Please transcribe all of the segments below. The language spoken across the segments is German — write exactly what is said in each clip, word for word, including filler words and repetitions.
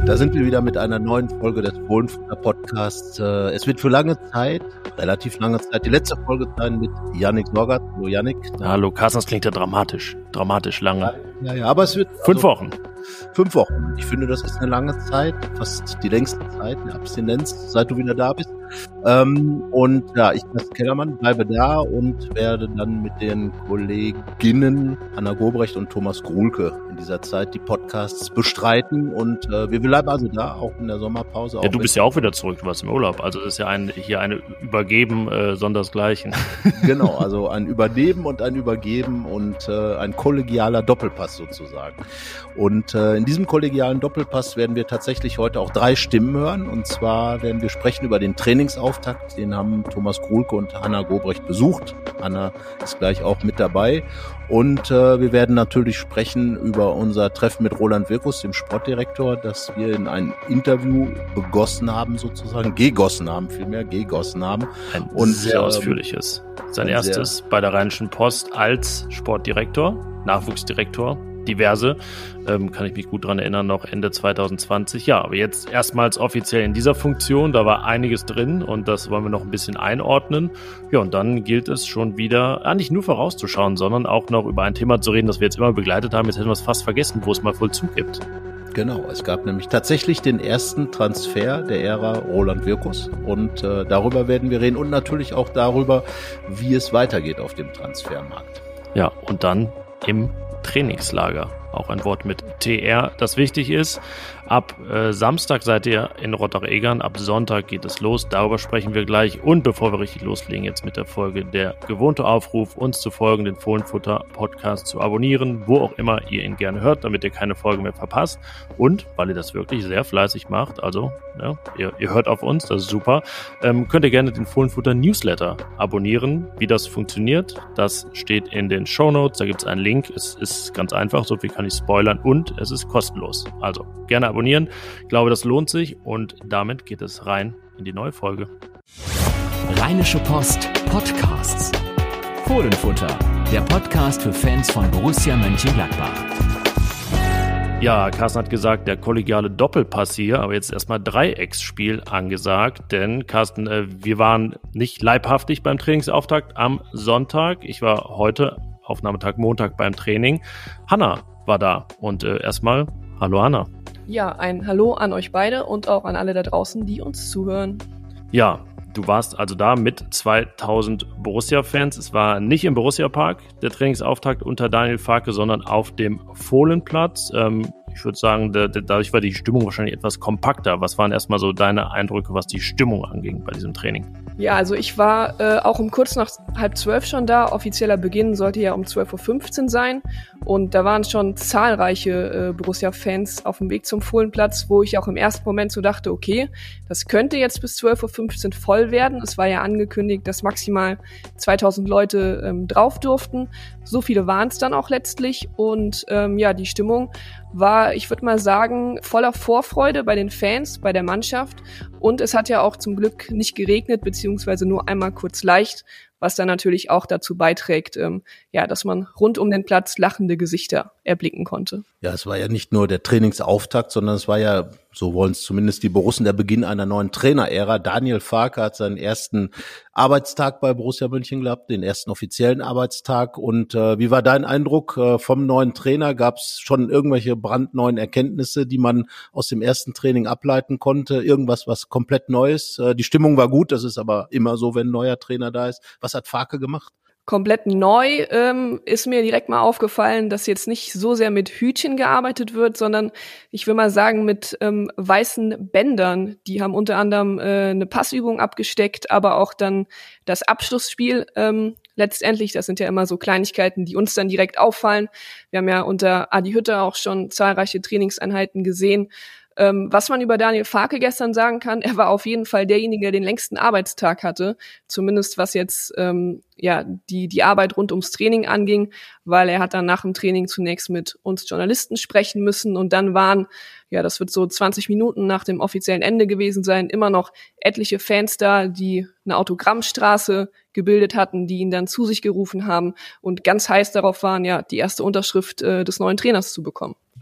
Da sind wir wieder mit einer neuen Folge des Fohlenfutter Podcasts. Es wird für lange Zeit, relativ lange Zeit, die letzte Folge sein mit Yannick Sorgat. Hallo Yannick. Hallo Carsten, das klingt ja dramatisch. Dramatisch lange. Ja, ja, aber es wird... Fünf also, Wochen. Fünf Wochen. Ich finde, das ist eine lange Zeit, fast die längste Zeit, eine Abstinenz, seit du wieder da bist. Ähm, und ja, ich als Kellermann bleibe da und werde dann mit den Kolleginnen Anna Gobrecht und Thomas Gruhlke in dieser Zeit die Podcasts bestreiten. Und äh, wir bleiben also da, auch in der Sommerpause. Ja, du bist ja auch wieder zurück, du warst im Urlaub. Also das ist ja ein, hier eine Übergeben, äh, sondersgleichen. Genau, also ein Übernehmen und ein Übergeben und äh, ein kollegialer Doppelpass sozusagen. Und äh, in diesem kollegialen Doppelpass werden wir tatsächlich heute auch drei Stimmen hören. Und zwar werden wir sprechen über den Trainingsauftakt. Den haben Thomas Gruhlke und Anna Gobrecht besucht. Anna ist gleich auch mit dabei. Und äh, wir werden natürlich sprechen über unser Treffen mit Roland Wirkus, dem Sportdirektor, das wir in ein Interview begossen haben sozusagen, gegossen haben, vielmehr gegossen haben. Ein und, sehr ausführliches. Sein erstes bei der Rheinischen Post als Sportdirektor, Nachwuchsdirektor. Diverse, ähm, kann ich mich gut dran erinnern, noch Ende zwanzig zwanzig. Ja, aber jetzt erstmals offiziell in dieser Funktion, da war einiges drin und das wollen wir noch ein bisschen einordnen. Ja, und dann gilt es schon wieder, ja, nicht nur vorauszuschauen, sondern auch noch über ein Thema zu reden, das wir jetzt immer begleitet haben. Jetzt hätten wir es fast vergessen, wo es mal Vollzug gibt. Genau, es gab nämlich tatsächlich den ersten Transfer der Ära Roland Wirkus und äh, darüber werden wir reden und natürlich auch darüber, wie es weitergeht auf dem Transfermarkt. Ja, und dann im Trainingslager. Auch ein Wort mit T R, das wichtig ist. Ab äh, Samstag seid ihr in Rottach-Egern, ab Sonntag geht es los. Darüber sprechen wir gleich. Und bevor wir richtig loslegen, jetzt mit der Folge der gewohnte Aufruf, uns zu folgen, den Fohlenfutter-Podcast zu abonnieren, wo auch immer ihr ihn gerne hört, damit ihr keine Folge mehr verpasst. Und, weil ihr das wirklich sehr fleißig macht, also ja, ihr, ihr hört auf uns, das ist super, ähm, könnt ihr gerne den Fohlenfutter-Newsletter abonnieren. Wie das funktioniert, das steht in den Shownotes. Da gibt es einen Link. Es ist ganz einfach, so viel kann ich spoilern. Und es ist kostenlos. Also gerne abonnieren. Ich glaube, das lohnt sich und damit geht es rein in die neue Folge. Rheinische Post Podcasts. Fohlenfutter, der Podcast für Fans von Borussia Mönchengladbach. Ja, Carsten hat gesagt, der kollegiale Doppelpass hier, aber jetzt erstmal Dreiecksspiel angesagt, denn Carsten, äh, wir waren nicht leibhaftig beim Trainingsauftakt am Sonntag. Ich war heute, Aufnahmetag Montag, beim Training. Hanna war da und äh, erstmal, hallo Hanna. Ja, ein Hallo an euch beide und auch an alle da draußen, die uns zuhören. Ja, du warst also da mit zweitausend Borussia-Fans. Es war nicht im Borussia-Park, der Trainingsauftakt unter Daniel Farke, sondern auf dem Fohlenplatz. Ähm, ich würde sagen, da, da, dadurch war die Stimmung wahrscheinlich etwas kompakter. Was waren erstmal so deine Eindrücke, was die Stimmung anging bei diesem Training? Ja, also ich war äh, auch um kurz nach halb zwölf schon da. Offizieller Beginn sollte ja um zwölf Uhr fünfzehn sein. Und da waren schon zahlreiche äh, Borussia-Fans auf dem Weg zum Fohlenplatz, wo ich auch im ersten Moment so dachte, okay, das könnte jetzt bis zwölf Uhr fünfzehn voll werden. Es war ja angekündigt, dass maximal zweitausend Leute ähm, drauf durften. So viele waren es dann auch letztlich. Und ähm, ja, die Stimmung war, ich würde mal sagen, voller Vorfreude bei den Fans, bei der Mannschaft. Und es hat ja auch zum Glück nicht geregnet, beziehungsweise nur einmal kurz leicht, was dann natürlich auch dazu beiträgt, ähm, ja, dass man rund um den Platz lachende Gesichter erblicken konnte. Ja, es war ja nicht nur der Trainingsauftakt, sondern es war ja, so wollen es zumindest die Borussen, der Beginn einer neuen Trainerära. Daniel Farke hat seinen ersten Arbeitstag bei Borussia Mönchengladbach, den ersten offiziellen Arbeitstag. Und äh, wie war dein Eindruck äh, vom neuen Trainer? Gab es schon irgendwelche brandneuen Erkenntnisse, die man aus dem ersten Training ableiten konnte? Irgendwas, was komplett Neues? Äh, die Stimmung war gut, das ist aber immer so, wenn ein neuer Trainer da ist. Was hat Farke gemacht? Komplett neu ähm, ist mir direkt mal aufgefallen, dass jetzt nicht so sehr mit Hütchen gearbeitet wird, sondern ich will mal sagen mit ähm, weißen Bändern. Die haben unter anderem äh, eine Passübung abgesteckt, aber auch dann das Abschlussspiel ähm, letztendlich. Das sind ja immer so Kleinigkeiten, die uns dann direkt auffallen. Wir haben ja unter Adi Hütter auch schon zahlreiche Trainingseinheiten gesehen. Ähm, was man über Daniel Farke gestern sagen kann, er war auf jeden Fall derjenige, der den längsten Arbeitstag hatte, zumindest was jetzt ähm, ja die die Arbeit rund ums Training anging, weil er hat dann nach dem Training zunächst mit uns Journalisten sprechen müssen und dann waren, ja das wird so zwanzig Minuten nach dem offiziellen Ende gewesen sein, immer noch etliche Fans da, die eine Autogrammstraße gebildet hatten, die ihn dann zu sich gerufen haben und ganz heiß darauf waren, ja die erste Unterschrift äh, des neuen Trainers zu bekommen.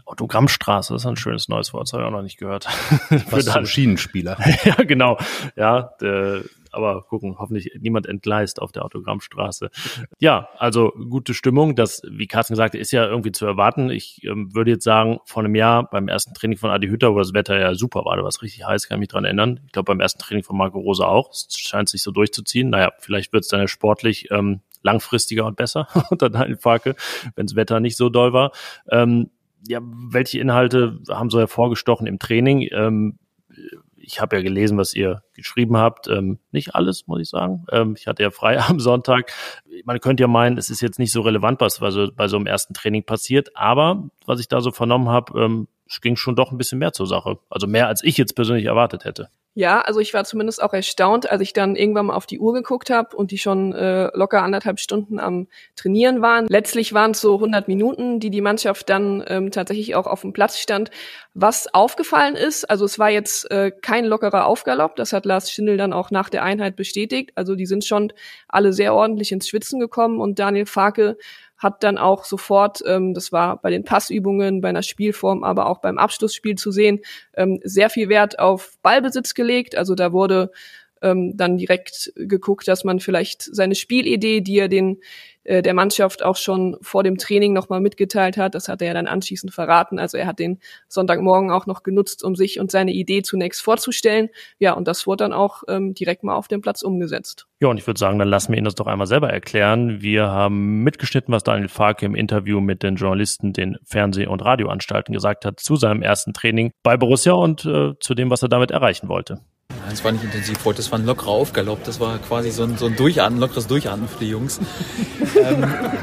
Autogrammstraße, das ist ein schönes neues Wort, das habe ich auch noch nicht gehört. Was zum Schienenspieler. Ja, genau. Ja, der, aber gucken, hoffentlich niemand entgleist auf der Autogrammstraße. Ja, also gute Stimmung, das, wie Carsten sagte, ist ja irgendwie zu erwarten. Ich ähm, würde jetzt sagen, vor einem Jahr beim ersten Training von Adi Hütter, wo das Wetter ja super war, da war es richtig heiß, kann ich mich dran erinnern. Ich glaube, beim ersten Training von Marco Rose auch. Es scheint sich so durchzuziehen. Naja, vielleicht wird es dann ja sportlich ähm, langfristiger und besser unter Daniel Farke, wenn das Wetter nicht so doll war. Ähm, ja, welche Inhalte haben so hervorgestochen im Training? Ähm, Ich habe ja gelesen, was ihr geschrieben habt. Ähm, nicht alles, muss ich sagen. Ähm, ich hatte ja frei am Sonntag. Man könnte ja meinen, es ist jetzt nicht so relevant, was bei so, bei so einem ersten Training passiert. Aber was ich da so vernommen habe, ähm, es ging schon doch ein bisschen mehr zur Sache. Also mehr, als ich jetzt persönlich erwartet hätte. Ja, also ich war zumindest auch erstaunt, als ich dann irgendwann mal auf die Uhr geguckt habe und die schon äh, locker anderthalb Stunden am Trainieren waren. Letztlich waren es so hundert Minuten, die die Mannschaft dann ähm, tatsächlich auch auf dem Platz stand. Was aufgefallen ist, also es war jetzt äh, kein lockerer Aufgalopp, das hat Lars Schindel dann auch nach der Einheit bestätigt. Also die sind schon alle sehr ordentlich ins Schwitzen gekommen und Daniel Farke hat dann auch sofort, ähm, das war bei den Passübungen, bei einer Spielform, aber auch beim Abschlussspiel zu sehen, ähm, sehr viel Wert auf Ballbesitz gelegt. Also da wurde ähm, dann direkt geguckt, dass man vielleicht seine Spielidee, die er den äh, der Mannschaft auch schon vor dem Training nochmal mitgeteilt hat, das hat er ja dann anschließend verraten. Also er hat den Sonntagmorgen auch noch genutzt, um sich und seine Idee zunächst vorzustellen. Ja, und das wurde dann auch ähm, direkt mal auf dem Platz umgesetzt. Ja, und ich würde sagen, dann lassen wir ihn das doch einmal selber erklären. Wir haben mitgeschnitten, was Daniel Farke im Interview mit den Journalisten, den Fernseh- und Radioanstalten gesagt hat zu seinem ersten Training bei Borussia und äh, zu dem, was er damit erreichen wollte. Es war nicht intensiv heute, das war ein lockerer Aufgalopp, das war quasi so ein, so ein Durchatmen, lockeres Durchatmen für die Jungs. ähm,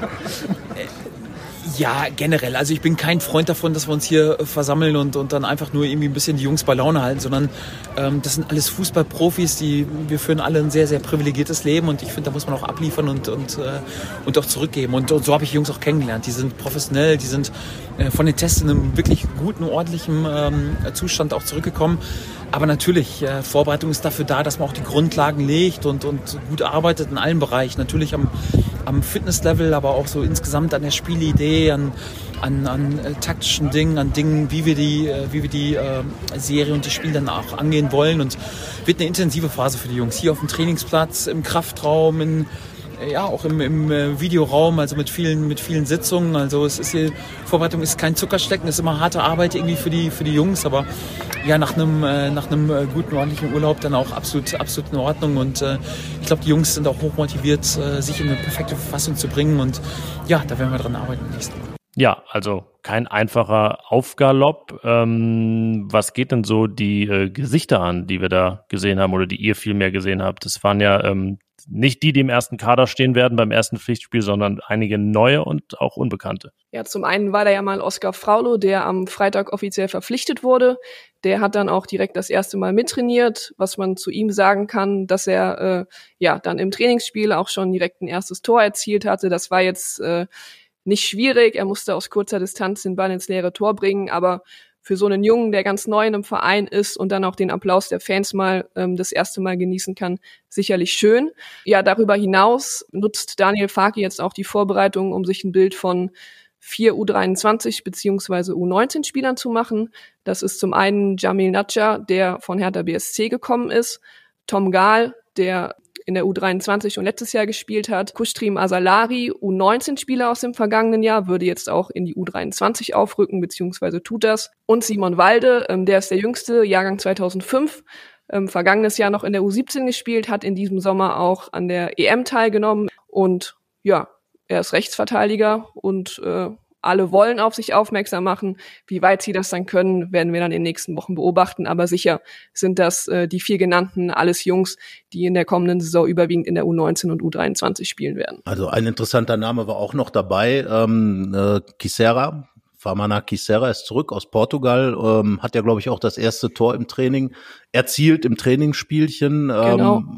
äh, ja, generell, also ich bin kein Freund davon, dass wir uns hier versammeln und, und dann einfach nur irgendwie ein bisschen die Jungs bei Laune halten, sondern ähm, das sind alles Fußballprofis, die, wir führen alle ein sehr, sehr privilegiertes Leben und ich finde, da muss man auch abliefern und, und, äh, und auch zurückgeben und, und so habe ich die Jungs auch kennengelernt, die sind professionell, die sind äh, von den Tests in einem wirklich guten, ordentlichen ähm, Zustand auch zurückgekommen. Aber natürlich, äh, Vorbereitung ist dafür da, dass man auch die Grundlagen legt und, und gut arbeitet in allen Bereichen. Natürlich am, am Fitnesslevel, aber auch so insgesamt an der Spielidee, an, an, an äh, taktischen Dingen, an Dingen, wie wir die, äh, wie wir die äh, Serie und die Spiele dann auch angehen wollen. Und wird eine intensive Phase für die Jungs. Hier auf dem Trainingsplatz, im Kraftraum, in ja, auch im, im äh, Videoraum, also mit vielen, mit vielen Sitzungen. Also es ist hier, Vorbereitung ist kein Zuckerstecken, ist immer harte Arbeit irgendwie für die, für die Jungs, aber ja, nach einem, äh, nach einem äh, guten, ordentlichen Urlaub dann auch absolut, absolut in Ordnung und äh, ich glaube, die Jungs sind auch hochmotiviert, äh, sich in eine perfekte Verfassung zu bringen und ja, da werden wir dran arbeiten im nächsten Mal. Ja, also kein einfacher Aufgalopp. Ähm, was geht denn so die äh, Gesichter an, die wir da gesehen haben oder die ihr viel mehr gesehen habt? Das waren ja ähm, nicht die, die im ersten Kader stehen werden beim ersten Pflichtspiel, sondern einige neue und auch Unbekannte. Ja, zum einen war da ja mal Oskar Fraulo, der am Freitag offiziell verpflichtet wurde. Der hat dann auch direkt das erste Mal mittrainiert, was man zu ihm sagen kann, dass er äh, ja dann im Trainingsspiel auch schon direkt ein erstes Tor erzielt hatte. Das war jetzt äh, nicht schwierig, er musste aus kurzer Distanz den Ball ins leere Tor bringen, aber für so einen Jungen, der ganz neu in einem Verein ist und dann auch den Applaus der Fans mal ähm, das erste Mal genießen kann, sicherlich schön. Ja, darüber hinaus nutzt Daniel Farke jetzt auch die Vorbereitung, um sich ein Bild von vier U dreiundzwanzig beziehungsweise U neunzehn Spielern zu machen. Das ist zum einen Jamil Natscha, der von Hertha B S C gekommen ist, Tom Gahl, der in der U dreiundzwanzig und letztes Jahr gespielt hat. Kustrim Asalari, U neunzehn Spieler aus dem vergangenen Jahr, würde jetzt auch in die U dreiundzwanzig aufrücken, beziehungsweise tut das. Und Simon Walde, ähm, der ist der jüngste, Jahrgang zweitausendfünf, ähm, vergangenes Jahr noch in der U siebzehn gespielt, hat in diesem Sommer auch an der E M teilgenommen. Und ja, er ist Rechtsverteidiger und äh, alle wollen auf sich aufmerksam machen. Wie weit sie das dann können, werden wir dann in den nächsten Wochen beobachten. Aber sicher sind das äh, die vier genannten, alles Jungs, die in der kommenden Saison überwiegend in der U neunzehn und U dreiundzwanzig spielen werden. Also ein interessanter Name war auch noch dabei, ähm, äh, Kisera. Famana Kisera ist zurück aus Portugal, ähm, hat ja, glaube ich, auch das erste Tor im Training erzielt, im Trainingsspielchen. Genau. Ähm,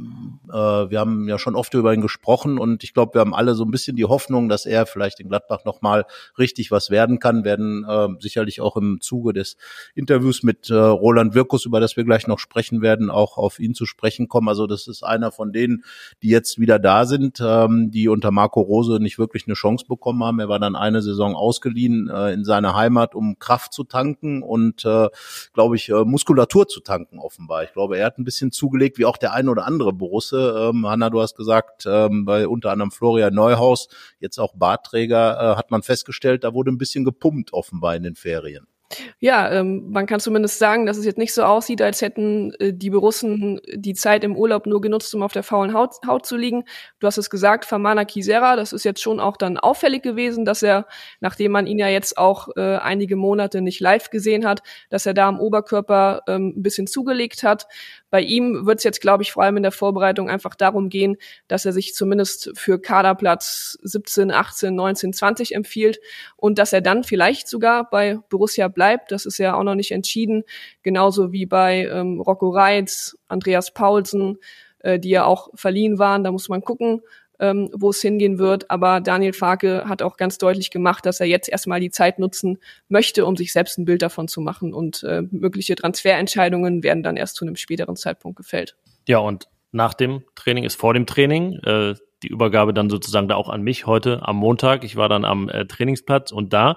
Äh, wir haben ja schon oft über ihn gesprochen und ich glaube, wir haben alle so ein bisschen die Hoffnung, dass er vielleicht in Gladbach nochmal richtig was werden kann, werden äh, sicherlich auch im Zuge des Interviews mit äh, Roland Wirkus, über das wir gleich noch sprechen werden, auch auf ihn zu sprechen kommen. Also das ist einer von denen, die jetzt wieder da sind, ähm, die unter Marco Rose nicht wirklich eine Chance bekommen haben. Er war dann eine Saison ausgeliehen äh, in seine Heimat, um Kraft zu tanken und, äh, glaube ich, äh, Muskulatur zu tanken offenbar. Ich glaube, er hat ein bisschen zugelegt, wie auch der ein oder andere Borusse. Ähm, Hanna, du hast gesagt, ähm, bei unter anderem Florian Neuhaus, jetzt auch Bartträger, äh, hat man festgestellt, da wurde ein bisschen gepumpt offenbar in den Ferien. Ja, ähm, man kann zumindest sagen, dass es jetzt nicht so aussieht, als hätten äh, die Borussen die Zeit im Urlaub nur genutzt, um auf der faulen Haut, Haut zu liegen. Du hast es gesagt, Famana Kisera, das ist jetzt schon auch dann auffällig gewesen, dass er, nachdem man ihn ja jetzt auch äh, einige Monate nicht live gesehen hat, dass er da am Oberkörper ähm, ein bisschen zugelegt hat. Bei ihm wird es jetzt, glaube ich, vor allem in der Vorbereitung einfach darum gehen, dass er sich zumindest für Kaderplatz siebzehn, achtzehn, neunzehn, zwanzig empfiehlt und dass er dann vielleicht sogar bei Borussia bleibt. Das ist ja auch noch nicht entschieden, genauso wie bei ähm, Rocco Reitz, Andreas Paulsen, äh, die ja auch verliehen waren. Da muss man gucken, ähm, wo es hingehen wird. Aber Daniel Farke hat auch ganz deutlich gemacht, dass er jetzt erstmal die Zeit nutzen möchte, um sich selbst ein Bild davon zu machen. Und äh, mögliche Transferentscheidungen werden dann erst zu einem späteren Zeitpunkt gefällt. Ja, und nach dem Training ist vor dem Training. Äh, die Übergabe dann sozusagen da auch an mich heute am Montag. Ich war dann am äh, Trainingsplatz und da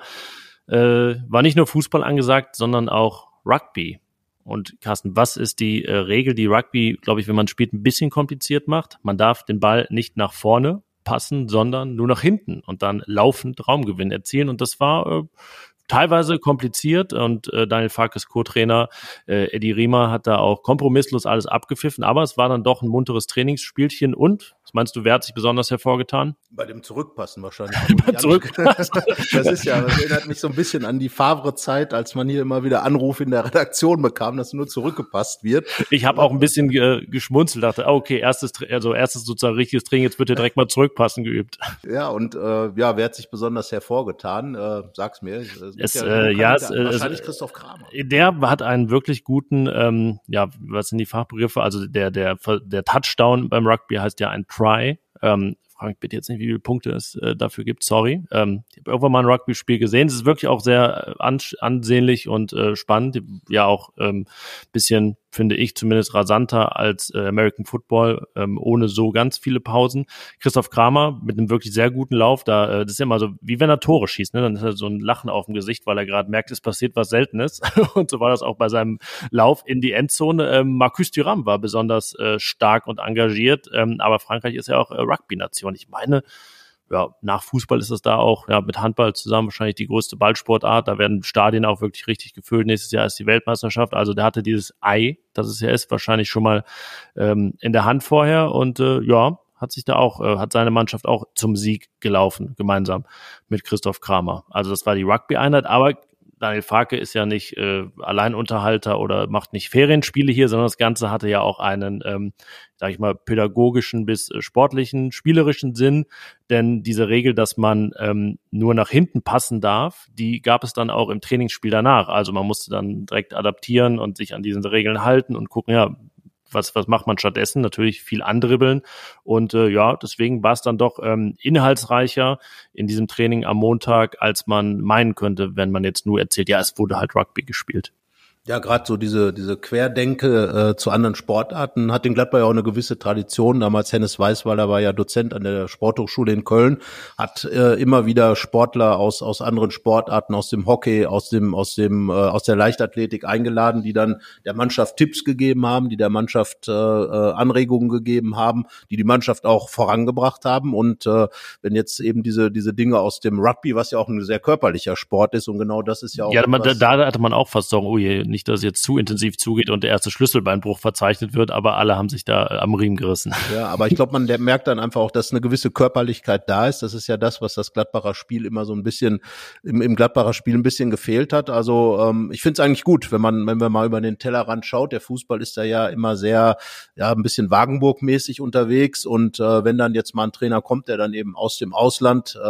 äh, war nicht nur Fußball angesagt, sondern auch Rugby. Und Carsten, was ist die äh, Regel, die Rugby, glaube ich, wenn man spielt, ein bisschen kompliziert macht? Man darf den Ball nicht nach vorne passen, sondern nur nach hinten und dann laufend Raumgewinn erzielen. Und das war äh, teilweise kompliziert und äh, Daniel Farkes Co-Trainer äh, Eddie Riemer hat da auch kompromisslos alles abgepfiffen, aber es war dann doch ein munteres Trainingsspielchen. Und, was meinst du, wer hat sich besonders hervorgetan? Bei dem Zurückpassen wahrscheinlich. Bei Zurückpassen. Das ist ja, das erinnert mich so ein bisschen an die Favre-Zeit, als man hier immer wieder Anrufe in der Redaktion bekam, dass nur zurückgepasst wird. Ich habe auch ein bisschen ge- geschmunzelt, dachte, oh, okay, erstes, also erstes sozusagen richtiges Training, jetzt wird hier direkt mal Zurückpassen geübt. Ja, und äh, ja, wer hat sich besonders hervorgetan? Äh, sag's mir. Es, ja, äh, ja, es, wahrscheinlich es, Christoph Kramer. Der hat einen wirklich guten, ähm, ja, was sind die Fachbegriffe? Also der der der Touchdown beim Rugby heißt ja ein Try. Ähm, frage mich bitte jetzt nicht, wie viele Punkte es äh, dafür gibt. Sorry. Ähm, ich habe irgendwann mal ein Rugby-Spiel gesehen. Es ist wirklich auch sehr äh, ansehnlich und äh, spannend. Ja, auch ähm, bisschen, finde ich, zumindest rasanter als äh, American Football, ähm, ohne so ganz viele Pausen. Christoph Kramer mit einem wirklich sehr guten Lauf, da äh, das ist ja immer so, wie wenn er Tore schießt, ne? Dann ist er so ein Lachen auf dem Gesicht, weil er gerade merkt, es passiert was Seltenes. Und so war das auch bei seinem Lauf in die Endzone. Ähm, Marcus Thuram war besonders äh, stark und engagiert, ähm, aber Frankreich ist ja auch äh, Rugby-Nation. Ich meine, ja, nach Fußball ist es da auch ja mit Handball zusammen wahrscheinlich die größte Ballsportart. Da werden Stadien auch wirklich richtig gefüllt. Nächstes Jahr ist die Weltmeisterschaft. Also der hatte dieses Ei, das es ja ist, wahrscheinlich schon mal ähm, in der Hand vorher. Und äh, ja, hat sich da auch, äh, hat seine Mannschaft auch zum Sieg gelaufen, gemeinsam mit Christoph Kramer. Also das war die Rugby-Einheit. Aber Daniel Farke ist ja nicht äh, Alleinunterhalter oder macht nicht Ferienspiele hier, sondern das Ganze hatte ja auch einen, ähm, sag ich mal, pädagogischen bis äh, sportlichen, spielerischen Sinn. Denn diese Regel, dass man ähm, nur nach hinten passen darf, die gab es dann auch im Trainingsspiel danach. Also man musste dann direkt adaptieren und sich an diesen Regeln halten und gucken, ja, Was, was macht man stattdessen? Natürlich viel andribbeln. Und äh, ja, deswegen war es dann doch ähm, inhaltsreicher in diesem Training am Montag, als man meinen könnte, wenn man jetzt nur erzählt, ja, es wurde halt Rugby gespielt. Ja, gerade so diese diese Querdenke äh, zu anderen Sportarten hat in Gladbach ja auch eine gewisse Tradition. Damals Hennes Weißweiler war ja Dozent an der Sporthochschule in Köln, hat äh, immer wieder Sportler aus aus anderen Sportarten, aus dem Hockey, aus dem aus dem äh, aus der Leichtathletik eingeladen, die dann der Mannschaft Tipps gegeben haben, die der Mannschaft äh, Anregungen gegeben haben, die die Mannschaft auch vorangebracht haben. Und äh, wenn jetzt eben diese diese Dinge aus dem Rugby, was ja auch ein sehr körperlicher Sport ist, und genau das ist ja auch ja, man, da, da hatte man auch fast Sorgen, oh je, nicht, dass es jetzt zu intensiv zugeht und der erste Schlüsselbeinbruch verzeichnet wird, aber alle haben sich da am Riemen gerissen. Ja, aber ich glaube, man der merkt dann einfach auch, dass eine gewisse Körperlichkeit da ist. Das ist ja das, was das Gladbacher Spiel immer so ein bisschen, im, im Gladbacher Spiel ein bisschen gefehlt hat. Also ähm, ich finde es eigentlich gut, wenn man, wenn man mal über den Tellerrand schaut. Der Fußball ist da ja immer sehr, ja, ein bisschen Wagenburg-mäßig unterwegs, und äh, wenn dann jetzt mal ein Trainer kommt, der dann eben aus dem Ausland, äh,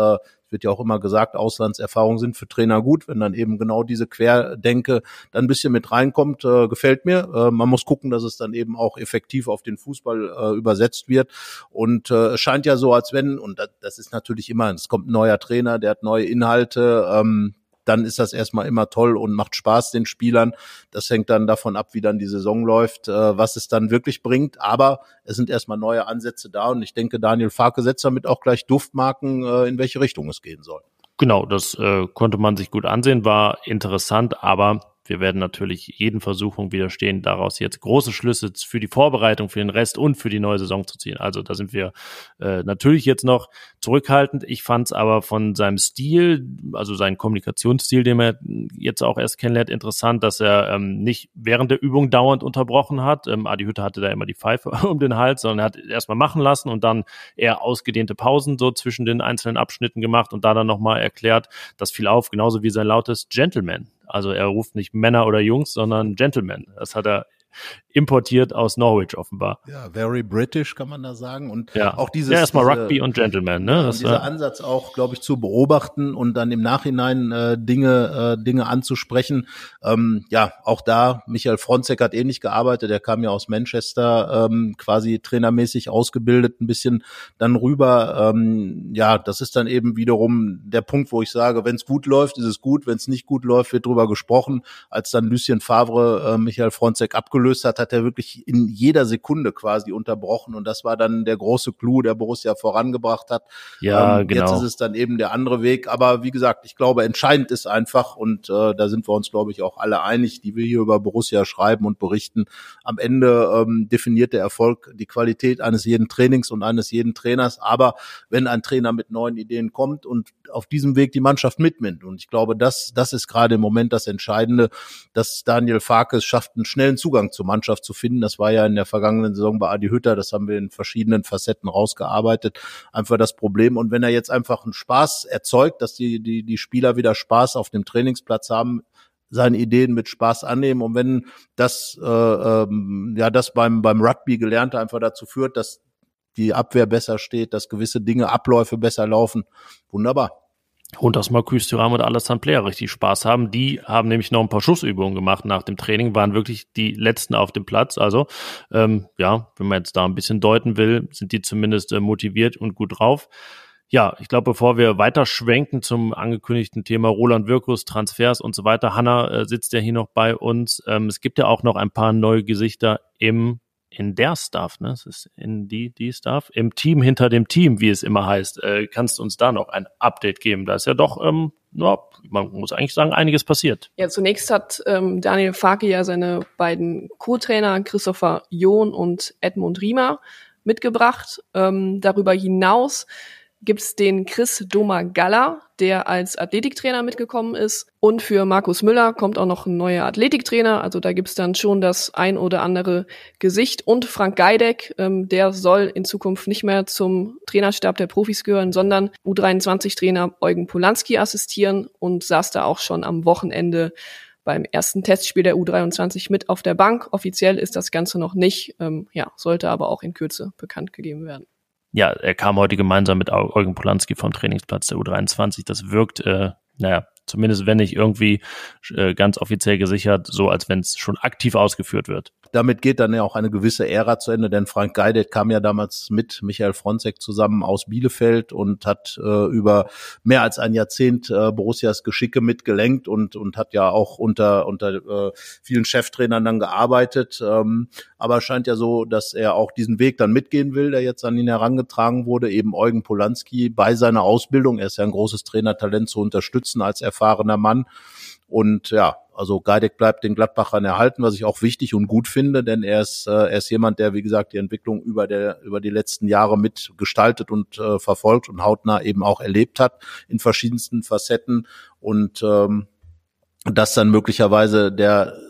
wird ja auch immer gesagt, Auslandserfahrungen sind für Trainer gut, wenn dann eben genau diese Querdenke dann ein bisschen mit reinkommt, äh, gefällt mir. Äh, man muss gucken, dass es dann eben auch effektiv auf den Fußball äh, übersetzt wird. Und äh, es scheint ja so, als wenn, und das, das ist natürlich immer, es kommt ein neuer Trainer, der hat neue Inhalte, ähm, dann ist das erstmal immer toll und macht Spaß den Spielern. Das hängt dann davon ab, wie dann die Saison läuft, äh, was es dann wirklich bringt. Aber es sind erstmal neue Ansätze da und ich denke, Daniel Farke setzt damit auch gleich Duftmarken, äh, in welche Richtung es gehen soll. Genau, das äh, konnte man sich gut ansehen, war interessant, aber wir werden natürlich jeden Versuchungen widerstehen, daraus jetzt große Schlüsse für die Vorbereitung, für den Rest und für die neue Saison zu ziehen. Also da sind wir äh, natürlich jetzt noch zurückhaltend. Ich fand es aber von seinem Stil, also seinen Kommunikationsstil, den er jetzt auch erst kennenlernt, interessant, dass er ähm, nicht während der Übung dauernd unterbrochen hat. Ähm, Adi Hütter hatte da immer die Pfeife um den Hals, sondern er hat erstmal machen lassen und dann eher ausgedehnte Pausen so zwischen den einzelnen Abschnitten gemacht und da dann nochmal erklärt, das fiel auf, genauso wie sein lautes Gentleman. Also er ruft nicht Männer oder Jungs, sondern Gentlemen. Das hat er importiert aus Norwich offenbar. Ja, very British kann man da sagen. Und ja. auch dieses ja, erstmal diese, Rugby und Gentleman, ne? Das, und dieser äh, Ansatz auch, glaube ich, zu beobachten und dann im Nachhinein äh, Dinge äh, Dinge anzusprechen. Ähm, ja, auch da, Michael Fronzek hat ähnlich gearbeitet. Der kam ja aus Manchester, ähm, quasi trainermäßig ausgebildet, ein bisschen dann rüber. Ähm, ja, das ist dann eben wiederum der Punkt, wo ich sage, wenn es gut läuft, ist es gut. Wenn es nicht gut läuft, wird drüber gesprochen. Als dann Lucien Favre äh, Michael Fronzek abgelöst hat, hat er wirklich in jeder Sekunde quasi unterbrochen und das war dann der große Clou, der Borussia vorangebracht hat. Ja, ähm, genau. Jetzt ist es dann eben der andere Weg, aber wie gesagt, ich glaube, entscheidend ist einfach und äh, da sind wir uns, glaube ich, auch alle einig, die wir hier über Borussia schreiben und berichten. Am Ende ähm, definiert der Erfolg die Qualität eines jeden Trainings und eines jeden Trainers, aber wenn ein Trainer mit neuen Ideen kommt und auf diesem Weg die Mannschaft mitnimmt und ich glaube, das, das ist gerade im Moment das Entscheidende, dass Daniel Farke es schafft, einen schnellen Zugang zur Mannschaft zu finden. Das war ja in der vergangenen Saison bei Adi Hütter, das haben wir in verschiedenen Facetten rausgearbeitet, einfach das Problem. Und wenn er jetzt einfach einen Spaß erzeugt, dass die, die, die Spieler wieder Spaß auf dem Trainingsplatz haben, seine Ideen mit Spaß annehmen und wenn das, äh, ähm, ja, das beim, beim Rugby Gelernte einfach dazu führt, dass die Abwehr besser steht, dass gewisse Dinge, Abläufe besser laufen, wunderbar. Und dass Marcus Thuram und Alassane Player richtig Spaß haben. Die haben nämlich noch ein paar Schussübungen gemacht nach dem Training, waren wirklich die letzten auf dem Platz. Also ähm, ja, wenn man jetzt da ein bisschen deuten will, sind die zumindest äh, motiviert und gut drauf. Ja, ich glaube, bevor wir weiter schwenken zum angekündigten Thema Roland Wirkus, Transfers und so weiter, Hanna äh, sitzt ja hier noch bei uns. Ähm, es gibt ja auch noch ein paar neue Gesichter im in der Staff, ne? Es ist in die, die Staff, im Team hinter dem Team, wie es immer heißt. Äh, kannst du uns da noch ein Update geben? Da ist ja doch, ähm, ja, man muss eigentlich sagen, einiges passiert. Ja, zunächst hat ähm, Daniel Farke ja seine beiden Co-Trainer Christopher John und Edmund Riemer mitgebracht. Ähm, darüber hinaus gibt's den Chris Domagala, der als Athletiktrainer mitgekommen ist. Und für Markus Müller kommt auch noch ein neuer Athletiktrainer. Also da gibt's dann schon das ein oder andere Gesicht. Und Frank Geideck, ähm, der soll in Zukunft nicht mehr zum Trainerstab der Profis gehören, sondern U dreiundzwanzig-Trainer Eugen Polanski assistieren und saß da auch schon am Wochenende beim ersten Testspiel der U dreiundzwanzig mit auf der Bank. Offiziell ist das Ganze noch nicht, ähm, ja, sollte aber auch in Kürze bekannt gegeben werden. Ja, er kam heute gemeinsam mit Eugen Polanski vom Trainingsplatz der U dreiundzwanzig. Das wirkt, äh, naja, zumindest wenn nicht irgendwie äh, ganz offiziell gesichert, so als wenn es schon aktiv ausgeführt wird. Damit geht dann ja auch eine gewisse Ära zu Ende, denn Frank Geideck kam ja damals mit Michael Fronzek zusammen aus Bielefeld und hat äh, über mehr als ein Jahrzehnt äh, Borussias Geschicke mitgelenkt und und hat ja auch unter unter äh, vielen Cheftrainern dann gearbeitet. Ähm, aber scheint ja so, dass er auch diesen Weg dann mitgehen will, der jetzt an ihn herangetragen wurde, eben Eugen Polanski bei seiner Ausbildung, er ist ja ein großes Trainertalent, zu unterstützen als erfahrener Mann. Und ja, also Geideck bleibt den Gladbachern erhalten, was ich auch wichtig und gut finde, denn er ist, äh, er ist jemand, der, wie gesagt, die Entwicklung über der über die letzten Jahre mitgestaltet und äh, verfolgt und hautnah eben auch erlebt hat in verschiedensten Facetten und ähm, das dann möglicherweise der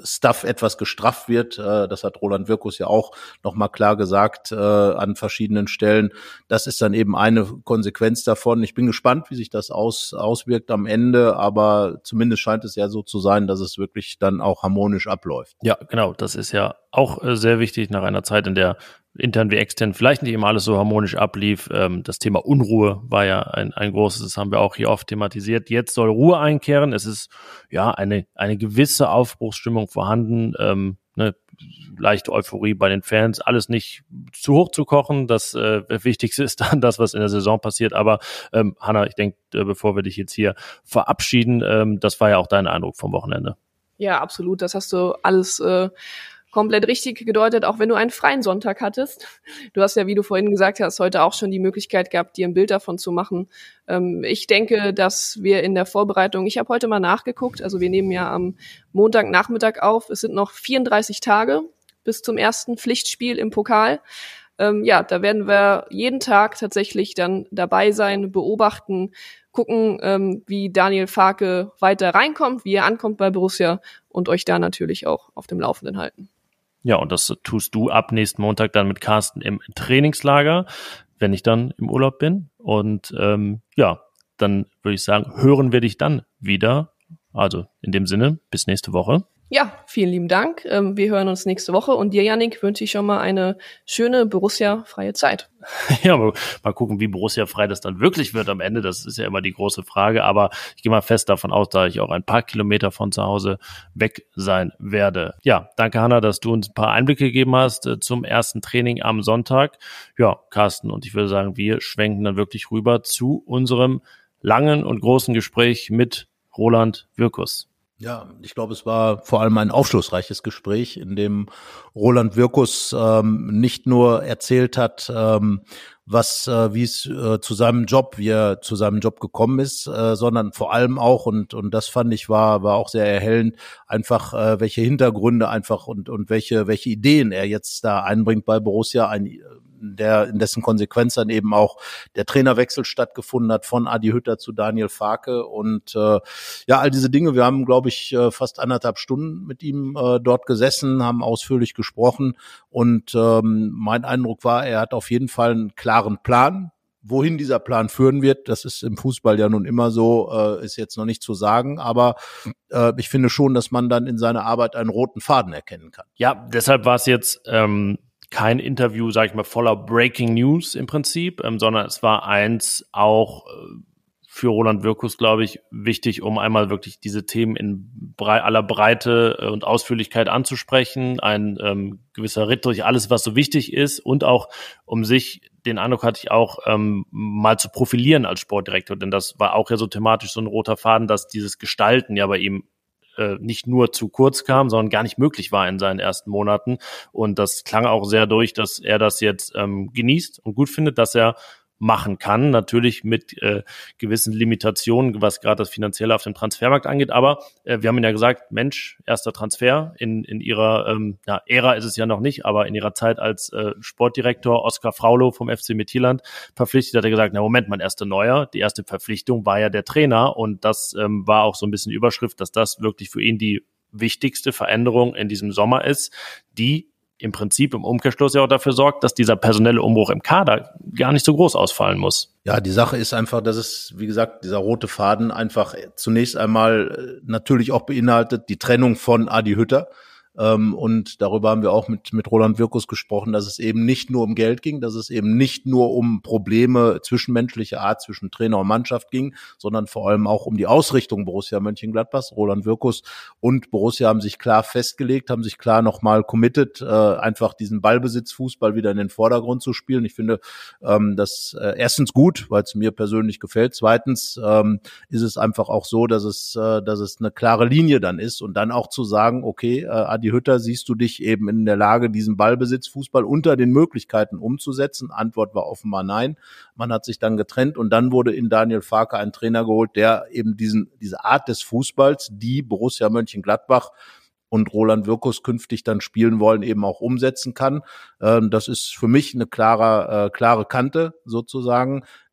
Staff etwas gestrafft wird. Äh, das hat Roland Wirkus ja auch nochmal klar gesagt äh, an verschiedenen Stellen. Das ist dann eben eine Konsequenz davon. Ich bin gespannt, wie sich das aus, auswirkt am Ende, aber zumindest scheint es ja so zu sein, dass es wirklich dann auch harmonisch abläuft. Ja, genau. Das ist ja auch äh, sehr wichtig nach einer Zeit, in der intern wie extern vielleicht nicht immer alles so harmonisch ablief. Ähm, das Thema Unruhe war ja ein, ein großes, das haben wir auch hier oft thematisiert. Jetzt soll Ruhe einkehren. Es ist ja eine eine gewisse Aufbruchsstimmung vorhanden, ähm, ne, leichte Euphorie bei den Fans, alles nicht zu hoch zu kochen. Das äh, Wichtigste ist dann das, was in der Saison passiert. Aber ähm, Hanna, ich denke, äh, bevor wir dich jetzt hier verabschieden, ähm, das war ja auch dein Eindruck vom Wochenende. Ja, absolut. Das hast du alles äh, komplett richtig gedeutet, auch wenn du einen freien Sonntag hattest. Du hast ja, wie du vorhin gesagt hast, heute auch schon die Möglichkeit gehabt, dir ein Bild davon zu machen. Ähm, ich denke, dass wir in der Vorbereitung, ich habe heute mal nachgeguckt, also wir nehmen ja am Montagnachmittag auf, es sind noch vierunddreißig Tage bis zum ersten Pflichtspiel im Pokal. Ähm, ja, da werden wir jeden Tag tatsächlich dann dabei sein, beobachten, gucken, ähm, wie Daniel Farke weiter reinkommt, wie er ankommt bei Borussia und euch da natürlich auch auf dem Laufenden halten. Ja, und das tust du ab nächsten Montag dann mit Carsten im Trainingslager, wenn ich dann im Urlaub bin. Und ähm, ja, dann würde ich sagen, hören wir dich dann wieder. Also in dem Sinne, bis nächste Woche. Ja, vielen lieben Dank. Ähm, wir hören uns nächste Woche. Und dir, Yannick, wünsche ich schon mal eine schöne Borussia-freie Zeit. Ja, mal, mal gucken, wie Borussia-frei das dann wirklich wird am Ende. Das ist ja immer die große Frage. Aber ich gehe mal fest davon aus, da ich auch ein paar Kilometer von zu Hause weg sein werde. Ja, danke, Hanna, dass du uns ein paar Einblicke gegeben hast äh, zum ersten Training am Sonntag. Ja, Carsten, und ich würde sagen, wir schwenken dann wirklich rüber zu unserem langen und großen Gespräch mit Roland Wirkus. Ja, ich glaube, es war vor allem ein aufschlussreiches Gespräch, in dem Roland Wirkus ähm, nicht nur erzählt hat, ähm, was, äh, wie es äh, zu seinem Job, wie er zu seinem Job gekommen ist, äh, sondern vor allem auch, und und das fand ich war war auch sehr erhellend, einfach äh, welche Hintergründe einfach und und welche welche Ideen er jetzt da einbringt bei Borussia, ein der in dessen Konsequenz dann eben auch der Trainerwechsel stattgefunden hat von Adi Hütter zu Daniel Farke und äh, ja, all diese Dinge. Wir haben, glaube ich, fast anderthalb Stunden mit ihm äh, dort gesessen, haben ausführlich gesprochen und ähm, mein Eindruck war, er hat auf jeden Fall einen klaren Plan. Wohin dieser Plan führen wird, das ist im Fußball ja nun immer so, äh, ist jetzt noch nicht zu sagen, aber äh, ich finde schon, dass man dann in seiner Arbeit einen roten Faden erkennen kann. Ja, deshalb war es jetzt ähm kein Interview, sage ich mal, voller Breaking News im Prinzip, ähm, sondern es war eins auch äh, für Roland Wirkus, glaube ich, wichtig, um einmal wirklich diese Themen in brei- aller Breite äh, und Ausführlichkeit anzusprechen, ein ähm, gewisser Ritt durch alles, was so wichtig ist und auch um sich, den Eindruck hatte ich auch, ähm, mal zu profilieren als Sportdirektor, denn das war auch ja so thematisch so ein roter Faden, dass dieses Gestalten ja bei ihm nicht nur zu kurz kam, sondern gar nicht möglich war in seinen ersten Monaten. Und das klang auch sehr durch, dass er das jetzt ähm, genießt und gut findet, dass er machen kann, natürlich mit äh, gewissen Limitationen, was gerade das Finanzielle auf dem Transfermarkt angeht, aber äh, wir haben ihn ja gesagt, Mensch, erster Transfer, in in ihrer ähm, ja, Ära ist es ja noch nicht, aber in ihrer Zeit als äh, Sportdirektor Oskar Fraulo vom F C Midtjylland verpflichtet, hat er gesagt, na Moment, mein erster Neuer, die erste Verpflichtung war ja der Trainer und das ähm, war auch so ein bisschen die Überschrift, dass das wirklich für ihn die wichtigste Veränderung in diesem Sommer ist, die im Prinzip im Umkehrschluss ja auch dafür sorgt, dass dieser personelle Umbruch im Kader gar nicht so groß ausfallen muss. Ja, die Sache ist einfach, dass es, wie gesagt, dieser rote Faden einfach zunächst einmal natürlich auch beinhaltet die Trennung von Adi Hütter. Ähm, und darüber haben wir auch mit mit Roland Wirkus gesprochen, dass es eben nicht nur um Geld ging, dass es eben nicht nur um Probleme zwischenmenschlicher Art zwischen Trainer und Mannschaft ging, sondern vor allem auch um die Ausrichtung Borussia Mönchengladbachs. Roland Wirkus und Borussia haben sich klar festgelegt, haben sich klar nochmal committed, äh, einfach diesen Ballbesitzfußball wieder in den Vordergrund zu spielen. Ich finde ähm, das äh, erstens gut, weil es mir persönlich gefällt. Zweitens ähm, ist es einfach auch so, dass es äh, dass es eine klare Linie dann ist und dann auch zu sagen, okay, äh, Adi Hütter, siehst du dich eben in der Lage, diesen Ballbesitzfußball unter den Möglichkeiten umzusetzen? Antwort war offenbar nein. Man hat sich dann getrennt und dann wurde in Daniel Farke ein Trainer geholt, der eben diesen diese Art des Fußballs, die Borussia Mönchengladbach und Roland Wirkus künftig dann spielen wollen, eben auch umsetzen kann. Das ist für mich eine klare, klare Kante sozusagen.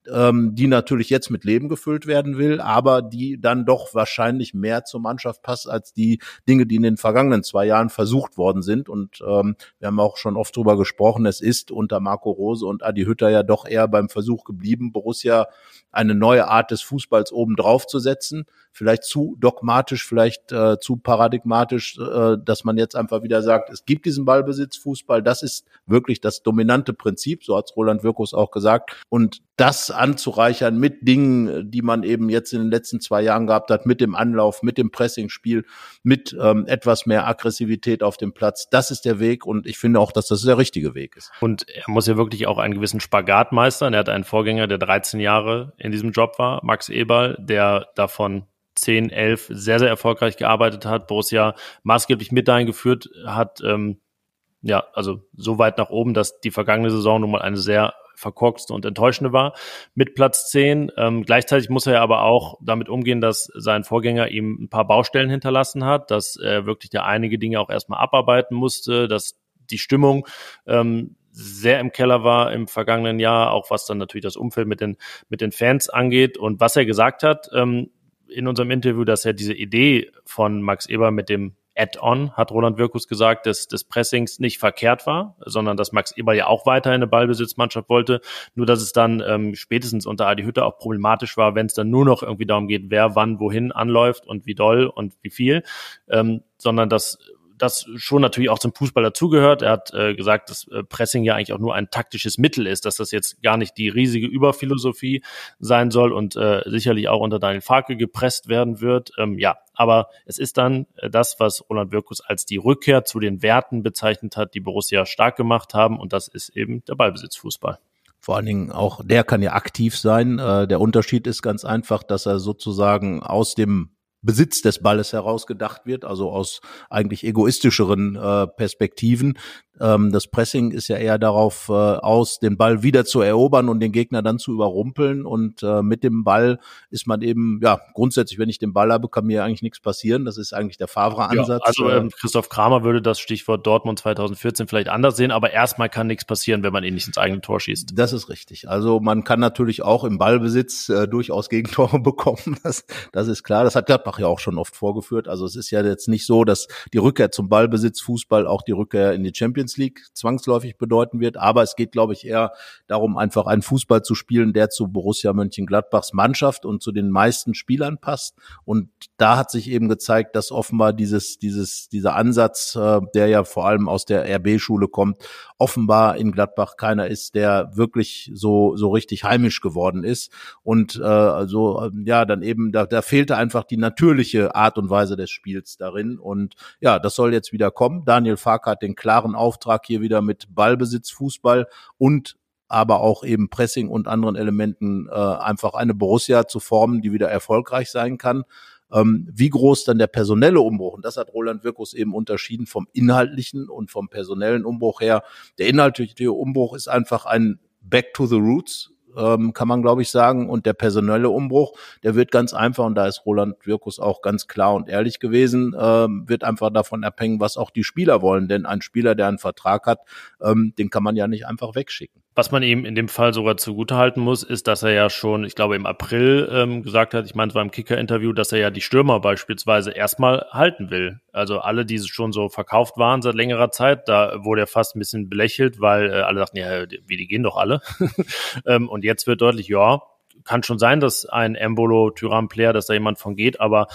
ähm, die natürlich jetzt mit Leben gefüllt werden will, aber die dann doch wahrscheinlich mehr zur Mannschaft passt als die Dinge, die in den vergangenen zwei Jahren versucht worden sind. Und ähm, wir haben auch schon oft drüber gesprochen, es ist unter Marco Rose und Adi Hütter ja doch eher beim Versuch geblieben, Borussia eine neue Art des Fußballs oben drauf zu setzen. Vielleicht zu dogmatisch, vielleicht äh, zu paradigmatisch, äh, dass man jetzt einfach wieder sagt, es gibt diesen Ballbesitzfußball, das ist wirklich das dominante Prinzip, so hat Roland Wirkus auch gesagt. Und das anzureichern mit Dingen, die man eben jetzt in den letzten zwei Jahren gehabt hat, mit dem Anlauf, mit dem Pressingspiel, mit ähm, etwas mehr Aggressivität auf dem Platz, das ist der Weg und ich finde auch, dass das der richtige Weg ist. Und er muss ja wirklich auch einen gewissen Spagat meistern. Er hat einen Vorgänger, der dreizehn Jahre in diesem Job war, Max Eberl, der davon zehn, elf sehr, sehr erfolgreich gearbeitet hat, Borussia maßgeblich mit eingeführt hat, ähm, ja, also so weit nach oben, dass die vergangene Saison nun mal eine sehr verkorkste und enttäuschende war mit Platz zehn. Ähm, gleichzeitig muss er ja aber auch damit umgehen, dass sein Vorgänger ihm ein paar Baustellen hinterlassen hat, dass er wirklich da einige Dinge auch erstmal abarbeiten musste, dass die Stimmung ähm, sehr im Keller war im vergangenen Jahr, auch was dann natürlich das Umfeld mit den mit den Fans angeht. Und was er gesagt hat ähm, in unserem Interview, dass er diese Idee von Max Eberl mit dem Add-on, hat Roland Wirkus gesagt, dass des Pressings nicht verkehrt war, sondern dass Max Eberl ja auch weiter eine Ballbesitzmannschaft wollte, nur dass es dann ähm, spätestens unter Adi Hütter auch problematisch war, wenn es dann nur noch irgendwie darum geht, wer wann wohin anläuft und wie doll und wie viel, ähm, sondern dass das schon natürlich auch zum Fußball dazugehört. Er hat äh, gesagt, dass äh, Pressing ja eigentlich auch nur ein taktisches Mittel ist, dass das jetzt gar nicht die riesige Überphilosophie sein soll und äh, sicherlich auch unter Daniel Farke gepresst werden wird. Ähm, ja, aber es ist dann äh, das, was Roland Wirkus als die Rückkehr zu den Werten bezeichnet hat, die Borussia stark gemacht haben, und das ist eben der Ballbesitzfußball. Vor allen Dingen auch, der kann ja aktiv sein. Äh, der Unterschied ist ganz einfach, dass er sozusagen aus dem Besitz des Balles herausgedacht wird, also aus eigentlich egoistischeren äh, Perspektiven. Ähm, das Pressing ist ja eher darauf äh, aus, den Ball wieder zu erobern und den Gegner dann zu überrumpeln. Und äh, mit dem Ball ist man eben, ja, grundsätzlich, wenn ich den Ball habe, kann mir eigentlich nichts passieren. Das ist eigentlich der Favre-Ansatz. Ja, also ähm, Christoph Kramer würde das Stichwort Dortmund zwanzig vierzehn vielleicht anders sehen, aber erstmal kann nichts passieren, wenn man ihn nicht ins eigene Tor schießt. Das ist richtig. Also man kann natürlich auch im Ballbesitz äh, durchaus Gegentore bekommen. Das, das ist klar. Das hat Gladbach ja auch schon oft vorgeführt. Also es ist ja jetzt nicht so, dass die Rückkehr zum Ballbesitz Fußball auch die Rückkehr in die Champions League zwangsläufig bedeuten wird. Aber es geht, glaube ich, eher darum, einfach einen Fußball zu spielen, der zu Borussia Mönchengladbachs Mannschaft und zu den meisten Spielern passt. Und da hat sich eben gezeigt, dass offenbar dieses, dieses, dieser Ansatz, äh, der ja vor allem aus der R B-Schule kommt, offenbar in Gladbach keiner ist, der wirklich so, so richtig heimisch geworden ist. Und äh, also ja, dann eben, da, da fehlte einfach die natürliche Art und Weise des Spiels darin. Und ja, das soll jetzt wieder kommen. Daniel Farke hat den klaren Auftrag, hier wieder mit Ballbesitz, Fußball und aber auch eben Pressing und anderen Elementen äh, einfach eine Borussia zu formen, die wieder erfolgreich sein kann. Ähm, wie groß dann der personelle Umbruch, und das hat Roland Wirkus eben unterschieden vom inhaltlichen und vom personellen Umbruch her. Der inhaltliche Umbruch ist einfach ein Back to the Roots, ähm, kann man glaube ich sagen, und der personelle Umbruch, der wird ganz einfach, und da ist Roland Wirkus auch ganz klar und ehrlich gewesen, ähm, wird einfach davon abhängen, was auch die Spieler wollen, denn ein Spieler, der einen Vertrag hat, ähm, den kann man ja nicht einfach wegschicken. Was man ihm in dem Fall sogar zugutehalten muss, ist, dass er ja schon, ich glaube im April ähm, gesagt hat, ich meine, es war im Kicker-Interview, dass er ja die Stürmer beispielsweise erstmal halten will. Also alle, die schon so verkauft waren seit längerer Zeit, da wurde er fast ein bisschen belächelt, weil äh, alle dachten, ja, wie, die gehen doch alle. ähm, und jetzt wird deutlich, ja, kann schon sein, dass ein Embolo, Thuram, Player, dass da jemand von geht, aber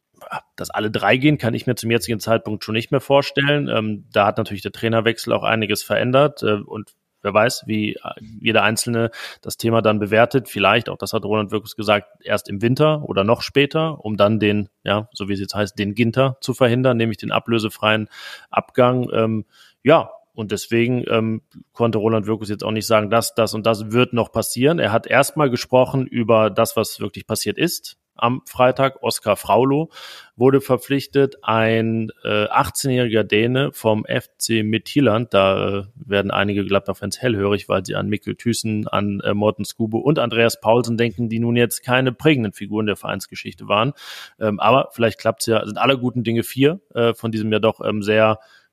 dass alle drei gehen, kann ich mir zum jetzigen Zeitpunkt schon nicht mehr vorstellen. Ähm, da hat natürlich der Trainerwechsel auch einiges verändert äh, und wer weiß, wie jeder Einzelne das Thema dann bewertet. Vielleicht, auch das hat Roland Wirkus gesagt, erst im Winter oder noch später, um dann den, ja, so wie es jetzt heißt, den Ginter zu verhindern, nämlich den ablösefreien Abgang. Ähm, ja, und deswegen ähm, konnte Roland Wirkus jetzt auch nicht sagen, das, das und das wird noch passieren. Er hat erstmal gesprochen über das, was wirklich passiert ist. Am Freitag, Oskar Fraulo wurde verpflichtet, ein äh, achtzehnjähriger Däne vom F C Midtjylland. Da äh, werden einige Gladbach-Fans hellhörig, weil sie an Mikkel Thüssen, an äh, Morten Skube und Andreas Paulsen denken, die nun jetzt keine prägenden Figuren der Vereinsgeschichte waren. Ähm, aber vielleicht klappt's ja, sind alle guten Dinge vier äh, von diesem ja doch ähm, sehr ja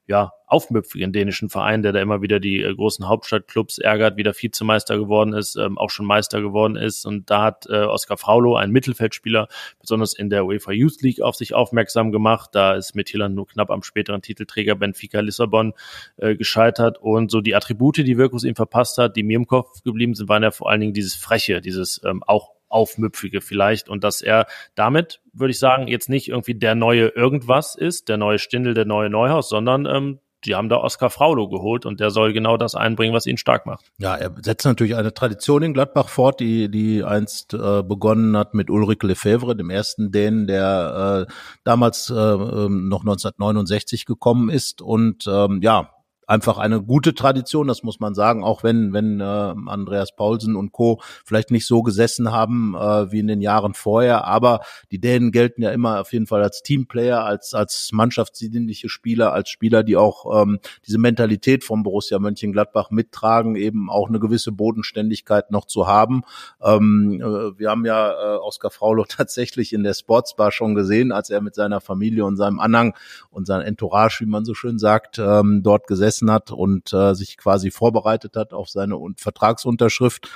aufmüpfigen dänischen Verein, der da immer wieder die äh, großen Hauptstadtclubs ärgert, wieder Vizemeister geworden ist, ähm, auch schon Meister geworden ist. Und da hat äh, Oskar Fraulo, ein Mittelfeldspieler, besonders in der UEFA Youth League auf sich aufmerksam gemacht. Da ist Midtjylland nur knapp am späteren Titelträger Benfica Lissabon äh, gescheitert. Und so die Attribute, die Wirkus ihm verpasst hat, die mir im Kopf geblieben sind, waren ja vor allen Dingen dieses Freche, dieses ähm, auch Aufmüpfige vielleicht, und dass er damit, würde ich sagen, jetzt nicht irgendwie der neue irgendwas ist, der neue Stindl, der neue Neuhaus, sondern ähm, die haben da Oskar Fraulo geholt und der soll genau das einbringen, was ihn stark macht. Ja, er setzt natürlich eine Tradition in Gladbach fort, die die einst äh, begonnen hat mit Ulrich Lefebvre, dem ersten Dänen, der äh, damals äh, noch neunzehnhundertneunundsechzig gekommen ist und ähm, ja, einfach eine gute Tradition, das muss man sagen, auch wenn wenn äh, Andreas Paulsen und Co. vielleicht nicht so gesessen haben äh, wie in den Jahren vorher, aber die Dänen gelten ja immer auf jeden Fall als Teamplayer, als als mannschaftsdienliche Spieler, als Spieler, die auch ähm, diese Mentalität vom Borussia Mönchengladbach mittragen, eben auch eine gewisse Bodenständigkeit noch zu haben. Ähm, äh, wir haben ja äh, Oskar Fraulo tatsächlich in der Sportsbar schon gesehen, als er mit seiner Familie und seinem Anhang und seinem Entourage, wie man so schön sagt, ähm, dort gesessen hat und äh, sich quasi vorbereitet hat auf seine Vertragsunterschrift.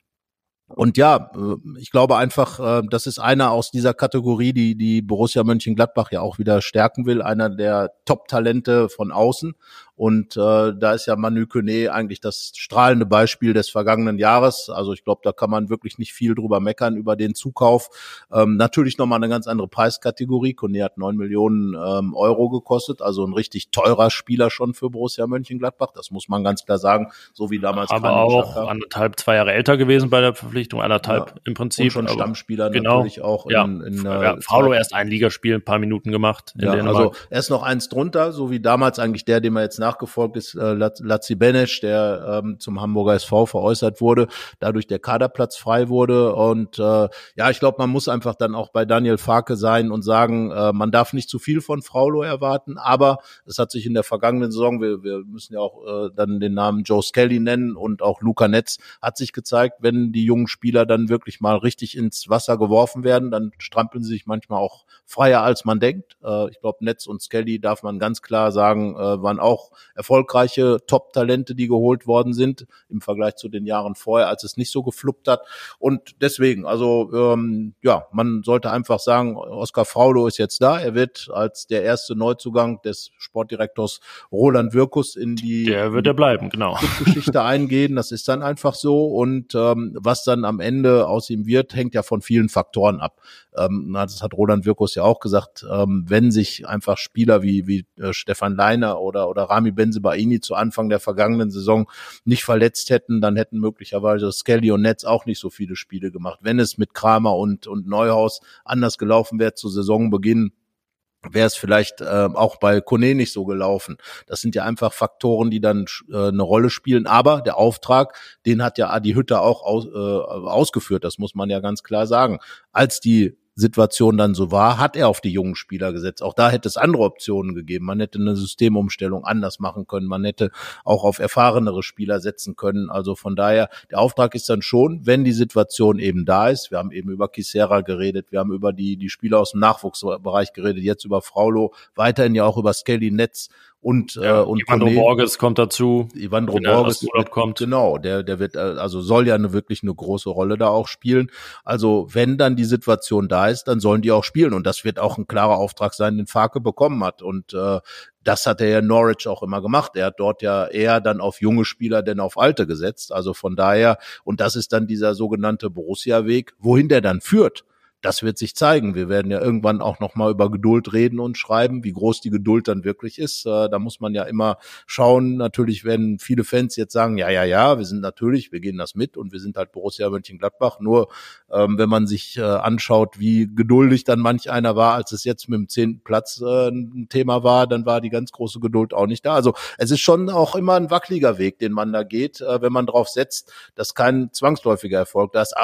Und ja, ich glaube einfach, das ist einer aus dieser Kategorie, die die Borussia Mönchengladbach ja auch wieder stärken will, einer der Top-Talente von außen. Und äh, da ist ja Manu Koné eigentlich das strahlende Beispiel des vergangenen Jahres. Also ich glaube, da kann man wirklich nicht viel drüber meckern über den Zukauf. Ähm, natürlich nochmal eine ganz andere Preiskategorie. Koné hat neun Millionen ähm, Euro gekostet, also ein richtig teurer Spieler schon für Borussia Mönchengladbach. Das muss man ganz klar sagen, so wie damals. Aber auch anderthalb, zwei Jahre älter gewesen bei der Verpflichtung, anderthalb ja, im Prinzip. Und schon aber Stammspieler genau, natürlich auch. Ja, in, in, ja, Fraulo erst ein Ligaspiel, ein paar Minuten gemacht. In ja, Dänemark. Also er ist noch eins drunter, so wie damals eigentlich der, den wir jetzt nachgefolgt ist, äh, Laci Benesch, der ähm, zum Hamburger S V veräußert wurde, dadurch der Kaderplatz frei wurde. Und äh, ja, ich glaube, man muss einfach dann auch bei Daniel Farke sein und sagen, äh, man darf nicht zu viel von Fraulo erwarten, aber es hat sich in der vergangenen Saison, wir, wir müssen ja auch äh, dann den Namen Joe Skelly nennen und auch Luca Netz, hat sich gezeigt, wenn die jungen Spieler dann wirklich mal richtig ins Wasser geworfen werden, dann strampeln sie sich manchmal auch freier, als man denkt. Äh, ich glaube, Netz und Skelly, darf man ganz klar sagen, äh, waren auch erfolgreiche Top-Talente, die geholt worden sind im Vergleich zu den Jahren vorher, als es nicht so gefluppt hat. Und deswegen, also ähm, ja, man sollte einfach sagen, Oskar Fraulo ist jetzt da. Er wird als der erste Neuzugang des Sportdirektors Roland Wirkus in die der wird er bleiben, genau. Geschichte eingehen. Das ist dann einfach so. Und ähm, was dann am Ende aus ihm wird, hängt ja von vielen Faktoren ab. Ähm, das hat Roland Wirkus ja auch gesagt, ähm, wenn sich einfach Spieler wie wie äh, Stefan Leiner oder oder Rami Bensebaini zu Anfang der vergangenen Saison nicht verletzt hätten, dann hätten möglicherweise Skelly und Netz auch nicht so viele Spiele gemacht. Wenn es mit Kramer und und Neuhaus anders gelaufen wäre zu Saisonbeginn, wäre es vielleicht äh, auch bei Koné nicht so gelaufen. Das sind ja einfach Faktoren, die dann äh, eine Rolle spielen. Aber der Auftrag, den hat ja Adi Hütter auch aus, äh, ausgeführt. Das muss man ja ganz klar sagen. Als die Situation dann so war, hat er auf die jungen Spieler gesetzt. Auch da hätte es andere Optionen gegeben. Man hätte eine Systemumstellung anders machen können. Man hätte auch auf erfahrenere Spieler setzen können. Also von daher, der Auftrag ist dann schon, wenn die Situation eben da ist. Wir haben eben über Kisera geredet. Wir haben über die, die Spieler aus dem Nachwuchsbereich geredet. Jetzt über Fraulo. Weiterhin ja auch über Skelly, Netz. Und, ja, äh, und Ivandro Borges kommt dazu. Ivandro Borges wird, kommt. Genau, der, der wird, also soll ja eine, wirklich eine große Rolle da auch spielen. Also wenn dann die Situation da ist, dann sollen die auch spielen. Und das wird auch ein klarer Auftrag sein, den Farke bekommen hat. Und äh, das hat er ja in Norwich auch immer gemacht. Er hat dort ja eher dann auf junge Spieler denn auf alte gesetzt. Also von daher, und das ist dann dieser sogenannte Borussia-Weg, wohin der dann führt. Das wird sich zeigen. Wir werden ja irgendwann auch noch mal über Geduld reden und schreiben, wie groß die Geduld dann wirklich ist. Äh, da muss man ja immer schauen. Natürlich werden viele Fans jetzt sagen, ja, ja, ja, wir sind natürlich, wir gehen das mit und wir sind halt Borussia Mönchengladbach. Nur ähm, wenn man sich äh, anschaut, wie geduldig dann manch einer war, als es jetzt mit dem zehnten Platz äh, ein Thema war, dann war die ganz große Geduld auch nicht da. Also es ist schon auch immer ein wackeliger Weg, den man da geht, äh, wenn man drauf setzt, dass kein zwangsläufiger Erfolg da ist. Aber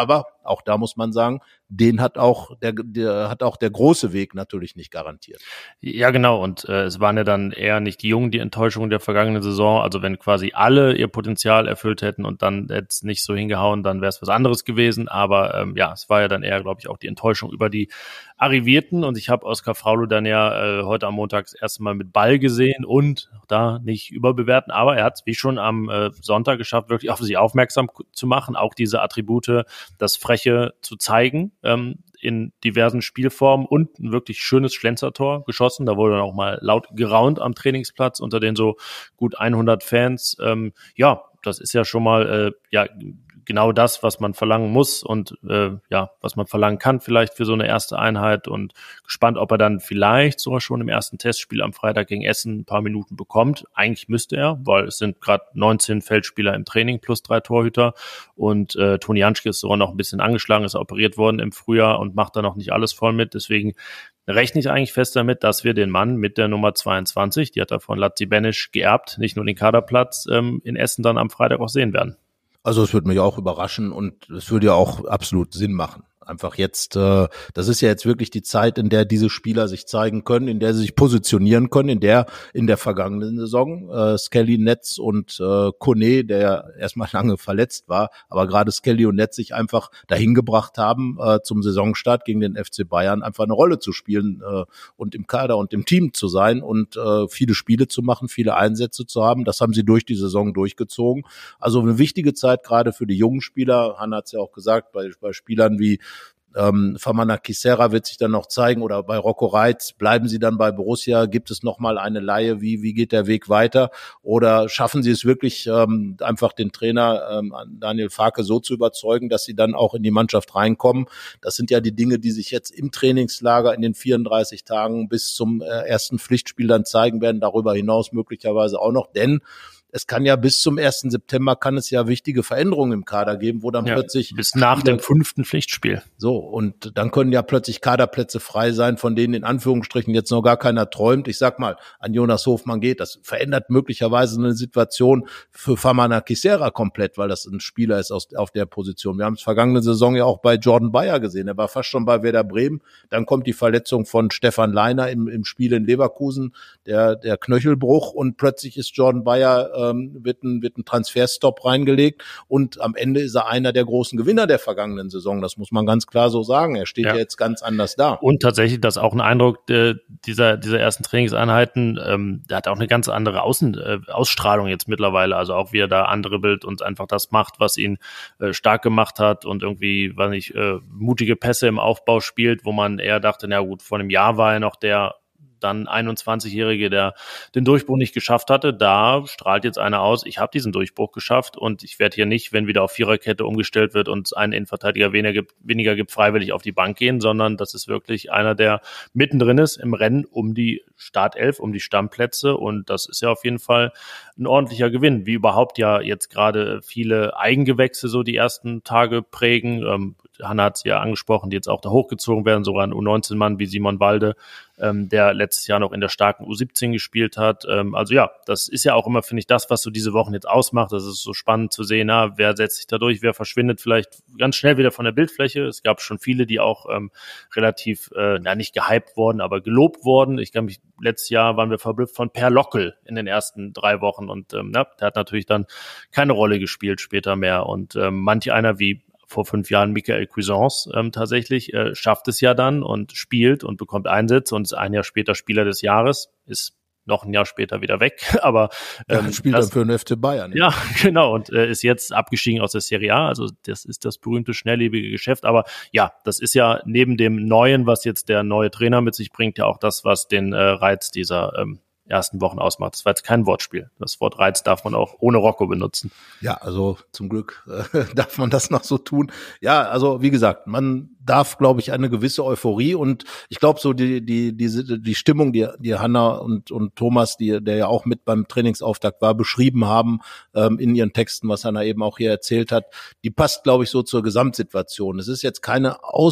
auch da muss man sagen, den hat auch der, der hat auch der große Weg natürlich nicht garantiert. Ja, genau. Und äh, es waren ja dann eher nicht die Jungen die Enttäuschungen der vergangenen Saison. Also wenn quasi alle ihr Potenzial erfüllt hätten und dann jetzt nicht so hingehauen, dann wäre es was anderes gewesen. Aber ähm, ja, es war ja dann eher, glaube ich, auch die Enttäuschung über die Arrivierten. Und ich habe Oskar Fraule dann ja äh, heute am Montag das erste Mal mit Ball gesehen und auch da nicht überbewerten. Aber er hat es wie schon am äh, Sonntag geschafft, wirklich auf sich aufmerksam zu machen, auch diese Attribute, das Freche zu zeigen. Ähm, in diversen Spielformen und ein wirklich schönes Schlenzertor geschossen. Da wurde dann auch mal laut geraunt am Trainingsplatz unter den so gut hundert Fans. Ähm, ja, das ist ja schon mal äh, ja genau das, was man verlangen muss und äh, ja, was man verlangen kann vielleicht für so eine erste Einheit und gespannt, ob er dann vielleicht sogar schon im ersten Testspiel am Freitag gegen Essen ein paar Minuten bekommt. Eigentlich müsste er, weil es sind gerade neunzehn Feldspieler im Training plus drei Torhüter und äh, Toni Janschke ist sogar noch ein bisschen angeschlagen, ist operiert worden im Frühjahr und macht da noch nicht alles voll mit. Deswegen rechne ich eigentlich fest damit, dass wir den Mann mit der Nummer zweiundzwanzig, die hat er von Lazzi Benesch geerbt, nicht nur den Kaderplatz ähm, in Essen dann am Freitag auch sehen werden. Also es würde mich auch überraschen und es würde ja auch absolut Sinn machen. Einfach jetzt, äh, das ist ja jetzt wirklich die Zeit, in der diese Spieler sich zeigen können, in der sie sich positionieren können, in der in der vergangenen Saison äh, Skelly, Netz und äh, Kone, der ja erstmal lange verletzt war, aber gerade Skelly und Netz sich einfach dahin gebracht haben, äh, zum Saisonstart gegen den F C Bayern einfach eine Rolle zu spielen äh, und im Kader und im Team zu sein und äh, viele Spiele zu machen, viele Einsätze zu haben. Das haben sie durch die Saison durchgezogen. Also eine wichtige Zeit gerade für die jungen Spieler. Hanna hat es ja auch gesagt, bei, bei Spielern wie Ähm, Famana Kisera wird sich dann noch zeigen oder bei Rocco Reitz, bleiben sie dann bei Borussia, gibt es noch mal eine Leihe, wie wie geht der Weg weiter oder schaffen sie es wirklich ähm, einfach den Trainer ähm, Daniel Farke so zu überzeugen, dass sie dann auch in die Mannschaft reinkommen. Das sind ja die Dinge, die sich jetzt im Trainingslager in den vierunddreißig Tagen bis zum äh, ersten Pflichtspiel dann zeigen werden, darüber hinaus möglicherweise auch noch, denn es kann ja bis zum ersten September kann es ja wichtige Veränderungen im Kader geben, wo dann ja, plötzlich bis nach dem fünften Pflichtspiel. So, und dann können ja plötzlich Kaderplätze frei sein, von denen in Anführungsstrichen jetzt noch gar keiner träumt. Ich sag mal, an Jonas Hofmann geht. Das verändert möglicherweise eine Situation für Famana Kisera komplett, weil das ein Spieler ist aus, auf der Position. Wir haben es vergangene Saison ja auch bei Jordan Bayer gesehen. Er war fast schon bei Werder Bremen. Dann kommt die Verletzung von Stefan Leiner im, im Spiel in Leverkusen, der, der Knöchelbruch, und plötzlich ist Jordan Bayer Ähm, wird ein, wird ein Transferstop reingelegt und am Ende ist er einer der großen Gewinner der vergangenen Saison. Das muss man ganz klar so sagen. Er steht ja, ja jetzt ganz anders da. Und tatsächlich, das ist auch ein Eindruck äh, dieser dieser ersten Trainingseinheiten. Ähm, der hat auch eine ganz andere Außen, äh, Ausstrahlung jetzt mittlerweile. Also auch wie er da andribbelt und einfach das macht, was ihn äh, stark gemacht hat und irgendwie, weiß nicht, äh, mutige Pässe im Aufbau spielt, wo man eher dachte, na gut, vor einem Jahr war er noch der dann einundzwanzigjährige, der den Durchbruch nicht geschafft hatte. Da strahlt jetzt einer aus, ich habe diesen Durchbruch geschafft und ich werde hier nicht, wenn wieder auf Viererkette umgestellt wird und es einen Innenverteidiger weniger gibt, weniger gibt, freiwillig auf die Bank gehen, sondern das ist wirklich einer, der mittendrin ist im Rennen um die Startelf, um die Stammplätze, und das ist ja auf jeden Fall ein ordentlicher Gewinn, wie überhaupt ja jetzt gerade viele Eigengewächse so die ersten Tage prägen. Ähm, Hanna hat es ja angesprochen, die jetzt auch da hochgezogen werden, sogar ein U neunzehn Mann wie Simon Walde, ähm, der letztes Jahr noch in der starken U siebzehn gespielt hat. Ähm, also ja, das ist ja auch immer, finde ich, das, was so diese Wochen jetzt ausmacht. Das ist so spannend zu sehen, na, wer setzt sich da durch, wer verschwindet vielleicht ganz schnell wieder von der Bildfläche. Es gab schon viele, die auch ähm, relativ, äh, na nicht gehypt worden, aber gelobt worden. Ich kann mich, letztes Jahr waren wir verblüfft von Per Lockel in den ersten drei Wochen und ähm, na, der hat natürlich dann keine Rolle gespielt später mehr. Und ähm, manch einer wie vor fünf Jahren Michael Cuisance ähm, tatsächlich, äh, schafft es ja dann und spielt und bekommt Einsätze und ist ein Jahr später Spieler des Jahres, ist noch ein Jahr später wieder weg, aber ähm, ja, spielt das, dann für den F C Bayern. Ja, genau, und äh, ist jetzt abgestiegen aus der Serie A, also das ist das berühmte, schnelllebige Geschäft, aber ja, das ist ja neben dem Neuen, was jetzt der neue Trainer mit sich bringt, ja auch das, was den äh, Reiz dieser ähm, ersten Wochen ausmacht. Das war jetzt kein Wortspiel. Das Wort Reiz darf man auch ohne Rocco benutzen. Ja, also zum Glück äh, darf man das noch so tun. Ja, also wie gesagt, man darf, glaube ich, eine gewisse Euphorie, und ich glaube so die die die die Stimmung, die die Hanna und und Thomas, die der ja auch mit beim Trainingsauftakt war, beschrieben haben ähm, in ihren Texten, was Hanna eben auch hier erzählt hat, die passt, glaube ich, so zur Gesamtsituation. Es ist jetzt keine aus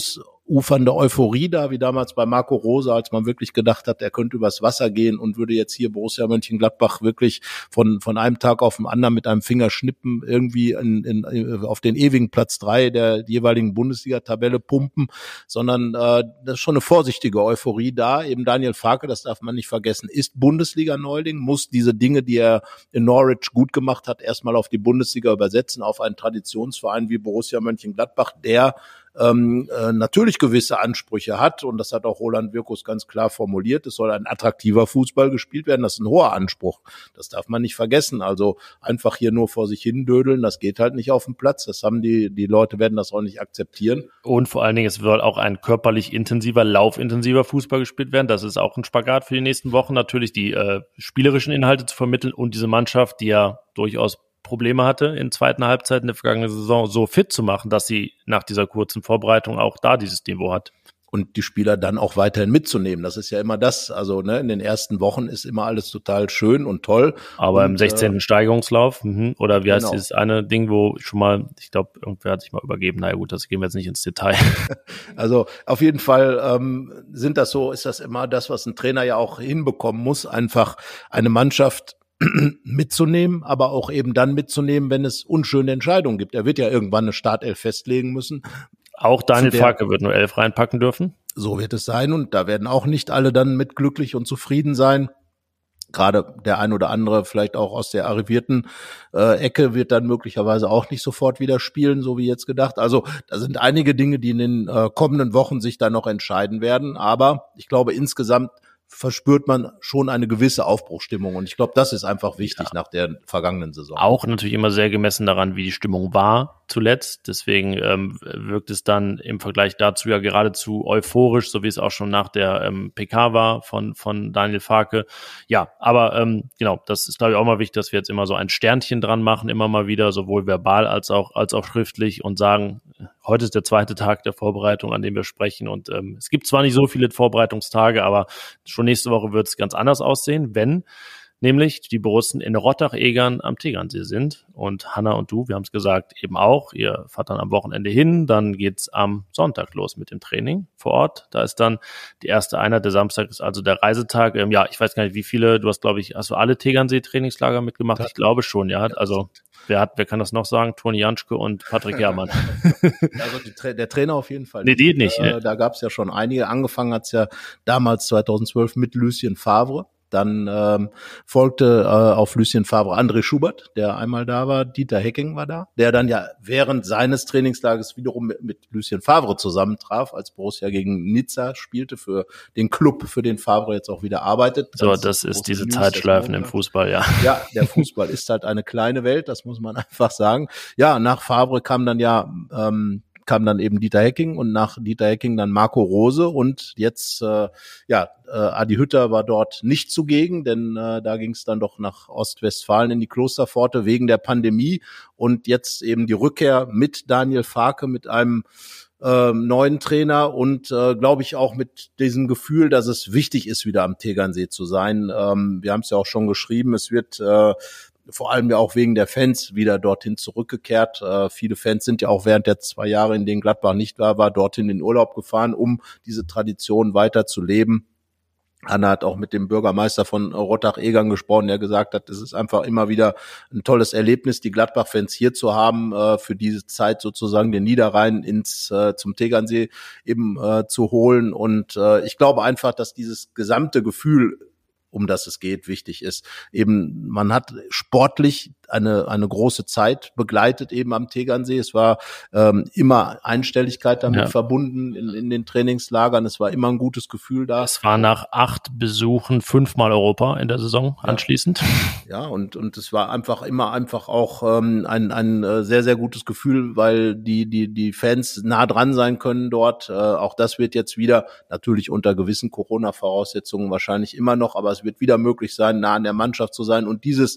ufernde Euphorie da, wie damals bei Marco Rose, als man wirklich gedacht hat, er könnte übers Wasser gehen und würde jetzt hier Borussia Mönchengladbach wirklich von von einem Tag auf den anderen mit einem Fingerschnippen irgendwie in, in, auf den ewigen Platz drei der jeweiligen Bundesliga-Tabelle pumpen, sondern äh, das ist schon eine vorsichtige Euphorie da. Eben Daniel Farke, das darf man nicht vergessen, ist Bundesliga-Neuling, muss diese Dinge, die er in Norwich gut gemacht hat, erstmal auf die Bundesliga übersetzen, auf einen Traditionsverein wie Borussia Mönchengladbach, der ähm, äh, natürlich gewisse Ansprüche hat, und das hat auch Roland Wirkus ganz klar formuliert, es soll ein attraktiver Fußball gespielt werden, das ist ein hoher Anspruch, das darf man nicht vergessen, also einfach hier nur vor sich hin dödeln, das geht halt nicht auf dem Platz, das haben die, die Leute werden das auch nicht akzeptieren. Und vor allen Dingen, es soll auch ein körperlich intensiver, laufintensiver Fußball gespielt werden, das ist auch ein Spagat für die nächsten Wochen, natürlich die äh, spielerischen Inhalte zu vermitteln und diese Mannschaft, die ja durchaus Probleme hatte, in zweiten Halbzeit in der vergangenen Saison so fit zu machen, dass sie nach dieser kurzen Vorbereitung auch da dieses Niveau hat. Und die Spieler dann auch weiterhin mitzunehmen. Das ist ja immer das, also ne, in den ersten Wochen ist immer alles total schön und toll. Aber und, im sechzehnten Äh, Steigerungslauf, mh, oder wie heißt genau. dieses eine Ding, wo schon mal, ich glaube, irgendwer hat sich mal übergeben, naja gut, das gehen wir jetzt nicht ins Detail. Also auf jeden Fall ähm, sind das so, ist das immer das, was ein Trainer ja auch hinbekommen muss, einfach eine Mannschaft mitzunehmen, aber auch eben dann mitzunehmen, wenn es unschöne Entscheidungen gibt. Er wird ja irgendwann eine Startelf festlegen müssen. Auch Daniel der, Farke wird nur elf reinpacken dürfen. So wird es sein, und da werden auch nicht alle dann mit glücklich und zufrieden sein. Gerade der ein oder andere, vielleicht auch aus der arrivierten äh, Ecke, wird dann möglicherweise auch nicht sofort wieder spielen, so wie jetzt gedacht. Also da sind einige Dinge, die in den äh, kommenden Wochen sich dann noch entscheiden werden. Aber ich glaube, insgesamt verspürt man schon eine gewisse Aufbruchsstimmung. Und ich glaube, das ist einfach wichtig ja. nach der vergangenen Saison. Auch natürlich immer sehr gemessen daran, wie die Stimmung war zuletzt. Deswegen ähm, wirkt es dann im Vergleich dazu ja geradezu euphorisch, so wie es auch schon nach der ähm, P K war von von Daniel Farke. Ja, aber ähm, genau, das ist, glaube ich, auch mal wichtig, dass wir jetzt immer so ein Sternchen dran machen, immer mal wieder, sowohl verbal als auch als auch schriftlich, und sagen, heute ist der zweite Tag der Vorbereitung, an dem wir sprechen. Und ähm, es gibt zwar nicht so viele Vorbereitungstage, aber schon nächste Woche wird es ganz anders aussehen, wenn nämlich die Borussen in Rottach-Egern am Tegernsee sind. Und Hanna und du, wir haben es gesagt, eben auch. Ihr fahrt dann am Wochenende hin, dann geht's am Sonntag los mit dem Training vor Ort. Da ist dann die erste Einheit, der Samstag ist also der Reisetag. Ähm, ja, ich weiß gar nicht, wie viele, du hast, glaube ich, hast du alle Tegernsee-Trainingslager mitgemacht? Ich glaube schon, ja. Also wer hat, wer kann das noch sagen? Toni Janschke und Patrick Herrmann. Also die Tra- der Trainer auf jeden Fall. Nee, die nicht. Äh, da gab es ja schon einige. Angefangen hat's ja damals zweitausendzwölf mit Lucien Favre. Dann ähm, folgte äh, auf Lucien Favre André Schubert, der einmal da war. Dieter Hecking war da, der dann ja während seines Trainingslagers wiederum mit, mit Lucien Favre zusammentraf, als Borussia gegen Nizza spielte, für den Club, für den Favre jetzt auch wieder arbeitet. So, das, das ist diese News, Zeitschleifen im Fußball, ja. Ja, der Fußball ist halt eine kleine Welt, das muss man einfach sagen. Ja, nach Favre kam dann ja ähm, kam dann eben Dieter Hecking, und nach Dieter Hecking dann Marco Rose, und jetzt, äh, ja, äh, Adi Hütter war dort nicht zugegen, denn äh, da ging es dann doch nach Ostwestfalen in die Klosterpforte wegen der Pandemie, und jetzt eben die Rückkehr mit Daniel Farke, mit einem ähm, neuen Trainer, und äh, glaube ich auch mit diesem Gefühl, dass es wichtig ist, wieder am Tegernsee zu sein. Ähm, wir haben es ja auch schon geschrieben, es wird äh, vor allem ja auch wegen der Fans wieder dorthin zurückgekehrt. Äh, viele Fans sind ja auch während der zwei Jahre, in denen Gladbach nicht da war, dorthin in den Urlaub gefahren, um diese Tradition weiter zu leben. Anna hat auch mit dem Bürgermeister von Rottach-Egern gesprochen, der gesagt hat, es ist einfach immer wieder ein tolles Erlebnis, die Gladbach-Fans hier zu haben, äh, für diese Zeit sozusagen den Niederrhein ins äh, zum Tegernsee eben äh, zu holen. Und äh, ich glaube einfach, dass dieses gesamte Gefühl, um das es geht, wichtig ist. Eben, man hat sportlich eine eine große Zeit begleitet eben am Tegernsee. Es war ähm, immer Einstelligkeit damit ja. verbunden in, in den Trainingslagern. Es war immer ein gutes Gefühl da. Es war nach acht Besuchen fünfmal Europa in der Saison ja. anschließend. Ja, und und es war einfach immer einfach auch ähm, ein ein sehr sehr gutes Gefühl, weil die die die Fans nah dran sein können dort. Äh, auch das wird jetzt wieder, natürlich unter gewissen Corona-Voraussetzungen wahrscheinlich immer noch, aber es wird wieder möglich sein, nah an der Mannschaft zu sein, und dieses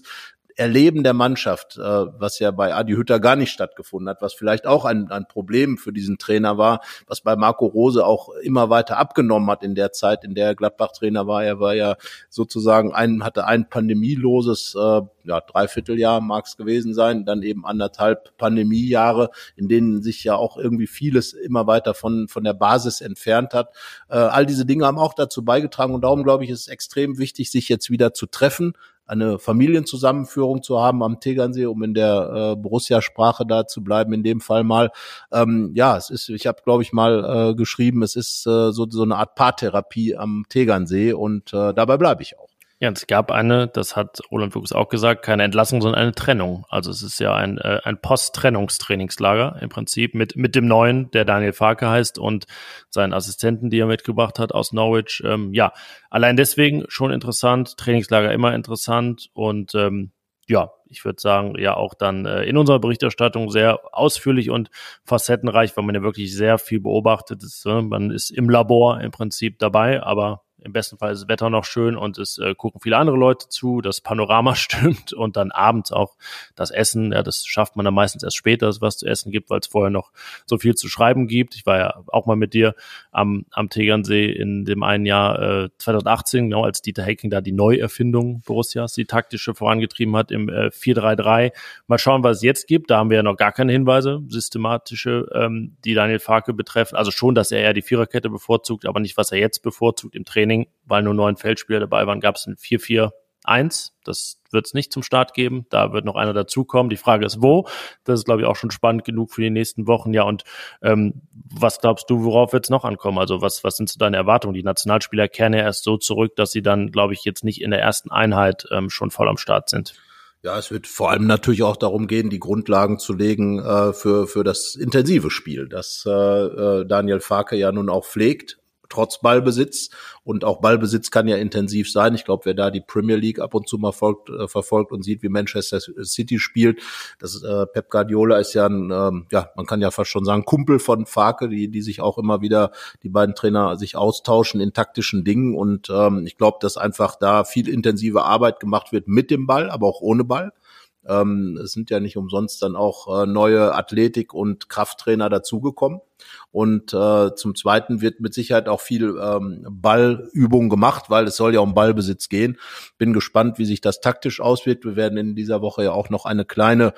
Erleben der Mannschaft, äh, was ja bei Adi Hütter gar nicht stattgefunden hat, was vielleicht auch ein, ein Problem für diesen Trainer war, was bei Marco Rose auch immer weiter abgenommen hat in der Zeit, in der er Gladbach-Trainer war. Er war ja sozusagen ein, hatte ein pandemieloses, äh, ja, Dreivierteljahr mag es gewesen sein, dann eben anderthalb Pandemiejahre, in denen sich ja auch irgendwie vieles immer weiter von, von der Basis entfernt hat. Äh, all diese Dinge haben auch dazu beigetragen und darum, glaube ich, ist es extrem wichtig, sich jetzt wieder zu treffen, eine Familienzusammenführung zu haben am Tegernsee, um in der äh, Borussia-Sprache da zu bleiben, in dem Fall mal. Ähm, ja, es ist, ich habe, glaube ich, mal äh, geschrieben, es ist äh, so, so eine Art Paartherapie am Tegernsee und äh, dabei bleibe ich auch. Ja, es gab eine, das hat Roland Fuchs auch gesagt, keine Entlassung, sondern eine Trennung. Also es ist ja ein äh, ein Post-Trennungstrainingslager im Prinzip mit mit dem Neuen, der Daniel Farke heißt und seinen Assistenten, die er mitgebracht hat aus Norwich. Ähm, ja, allein deswegen schon interessant, Trainingslager immer interessant und ähm, ja, ich würde sagen, ja auch dann äh, in unserer Berichterstattung sehr ausführlich und facettenreich, weil man ja wirklich sehr viel beobachtet ist. Ne? Man ist im Labor im Prinzip dabei, aber im besten Fall ist das Wetter noch schön und es äh, gucken viele andere Leute zu, das Panorama stimmt und dann abends auch das Essen, ja, das schafft man dann meistens erst später, dass es was zu essen gibt, weil es vorher noch so viel zu schreiben gibt. Ich war ja auch mal mit dir am am Tegernsee in dem einen Jahr äh, zwanzig achtzehn, genau, als Dieter Hecking da die Neuerfindung Borussias, die taktische vorangetrieben hat im äh, vier drei drei. Mal schauen, was es jetzt gibt. Da haben wir ja noch gar keine Hinweise, systematische, ähm, die Daniel Farke betreffen. Also schon, dass er eher die Viererkette bevorzugt, aber nicht, was er jetzt bevorzugt im Training. Weil nur neun Feldspieler dabei waren, gab es ein vier vier eins. Das wird es nicht zum Start geben. Da wird noch einer dazukommen. Die Frage ist, wo? Das ist, glaube ich, auch schon spannend genug für die nächsten Wochen. Ja, und ähm, was glaubst du, worauf wird es noch ankommen? Also was was sind so deine Erwartungen? Die Nationalspieler kehren ja erst so zurück, dass sie dann, glaube ich, jetzt nicht in der ersten Einheit ähm, schon voll am Start sind. Ja, es wird vor allem natürlich auch darum gehen, die Grundlagen zu legen äh, für für das intensive Spiel, das äh, äh, Daniel Farke ja nun auch pflegt. Trotz Ballbesitz. Und auch Ballbesitz kann ja intensiv sein. Ich glaube, wer da die Premier League ab und zu mal folgt, äh, verfolgt und sieht, wie Manchester City spielt, das äh, Pep Guardiola ist ja ein, ähm, ja, man kann ja fast schon sagen, Kumpel von Farke, die die sich auch immer wieder, die beiden Trainer sich austauschen in taktischen Dingen. Und ähm, ich glaube, dass einfach da viel intensive Arbeit gemacht wird mit dem Ball, aber auch ohne Ball. Ähm, es sind ja nicht umsonst dann auch äh, neue Athletik- und Krafttrainer dazugekommen. Und äh, zum Zweiten wird mit Sicherheit auch viel ähm, Ballübung gemacht, weil es soll ja um Ballbesitz gehen. Bin gespannt, wie sich das taktisch auswirkt. Wir werden in dieser Woche ja auch noch eine kleine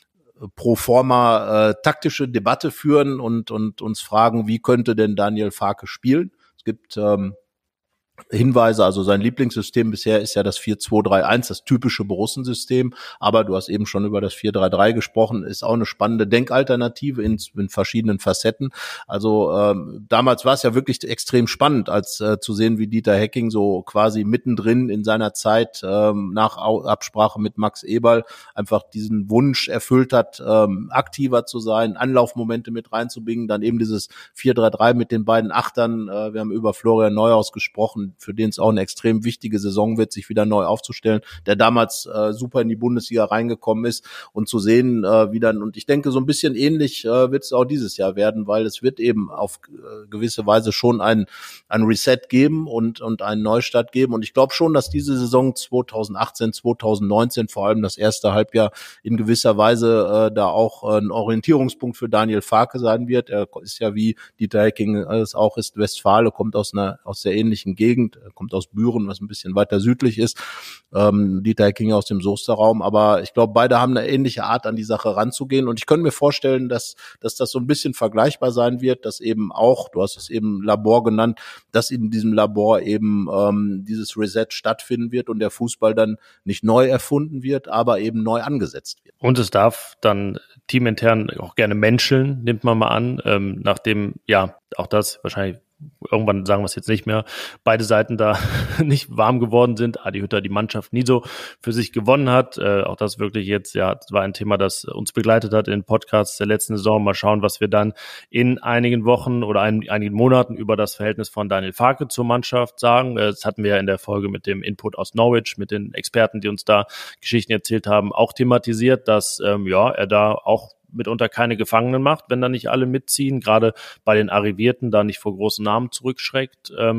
pro forma äh, taktische Debatte führen und und uns fragen, wie könnte denn Daniel Farke spielen? Es gibt ähm, Hinweise, also sein Lieblingssystem bisher ist ja das vier zwei drei eins, das typische Borussensystem, aber du hast eben schon über das vier drei drei gesprochen, ist auch eine spannende Denkalternative in, in verschiedenen Facetten. Also ähm, damals war es ja wirklich extrem spannend, als äh, zu sehen, wie Dieter Hecking so quasi mittendrin in seiner Zeit ähm, nach Au- Absprache mit Max Eberl einfach diesen Wunsch erfüllt hat, ähm, aktiver zu sein, Anlaufmomente mit reinzubringen, dann eben dieses vier drei drei mit den beiden Achtern, äh, wir haben über Florian Neuhaus gesprochen, für den es auch eine extrem wichtige Saison wird, sich wieder neu aufzustellen, der damals äh, super in die Bundesliga reingekommen ist und zu sehen, äh, wie dann, und ich denke, so ein bisschen ähnlich äh, wird es auch dieses Jahr werden, weil es wird eben auf äh, gewisse Weise schon ein, ein Reset geben und, und einen Neustart geben und ich glaube schon, dass diese Saison zwanzig achtzehn, zwanzig neunzehn, vor allem das erste Halbjahr in gewisser Weise äh, da auch äh, ein Orientierungspunkt für Daniel Farke sein wird. Er ist ja, wie Dieter Hecking es auch ist, Westfale, kommt aus einer aus der ähnlichen Gegend, kommt aus Büren, was ein bisschen weiter südlich ist. Ähm, Dieter Hecking aus dem Soester Raum, aber ich glaube, beide haben eine ähnliche Art, an die Sache ranzugehen und ich könnte mir vorstellen, dass dass das so ein bisschen vergleichbar sein wird, dass eben auch, du hast es eben Labor genannt, dass in diesem Labor eben ähm, dieses Reset stattfinden wird und der Fußball dann nicht neu erfunden wird, aber eben neu angesetzt wird. Und es darf dann teamintern auch gerne menscheln, nimmt man mal an, ähm, nachdem, ja, auch das wahrscheinlich irgendwann sagen wir es jetzt nicht mehr, beide Seiten da nicht warm geworden sind, Adi Hütter die Mannschaft nie so für sich gewonnen hat, äh, auch das wirklich jetzt, ja, das war ein Thema, das uns begleitet hat in den Podcasts der letzten Saison. Mal schauen, was wir dann in einigen Wochen oder ein, einigen Monaten über das Verhältnis von Daniel Farke zur Mannschaft sagen. Äh, das hatten wir ja in der Folge mit dem Input aus Norwich, mit den Experten, die uns da Geschichten erzählt haben, auch thematisiert, dass ähm, ja er da auch mitunter keine Gefangenen macht, wenn da nicht alle mitziehen, gerade bei den Arrivierten da nicht vor großen Namen zurückschreckt. Ähm,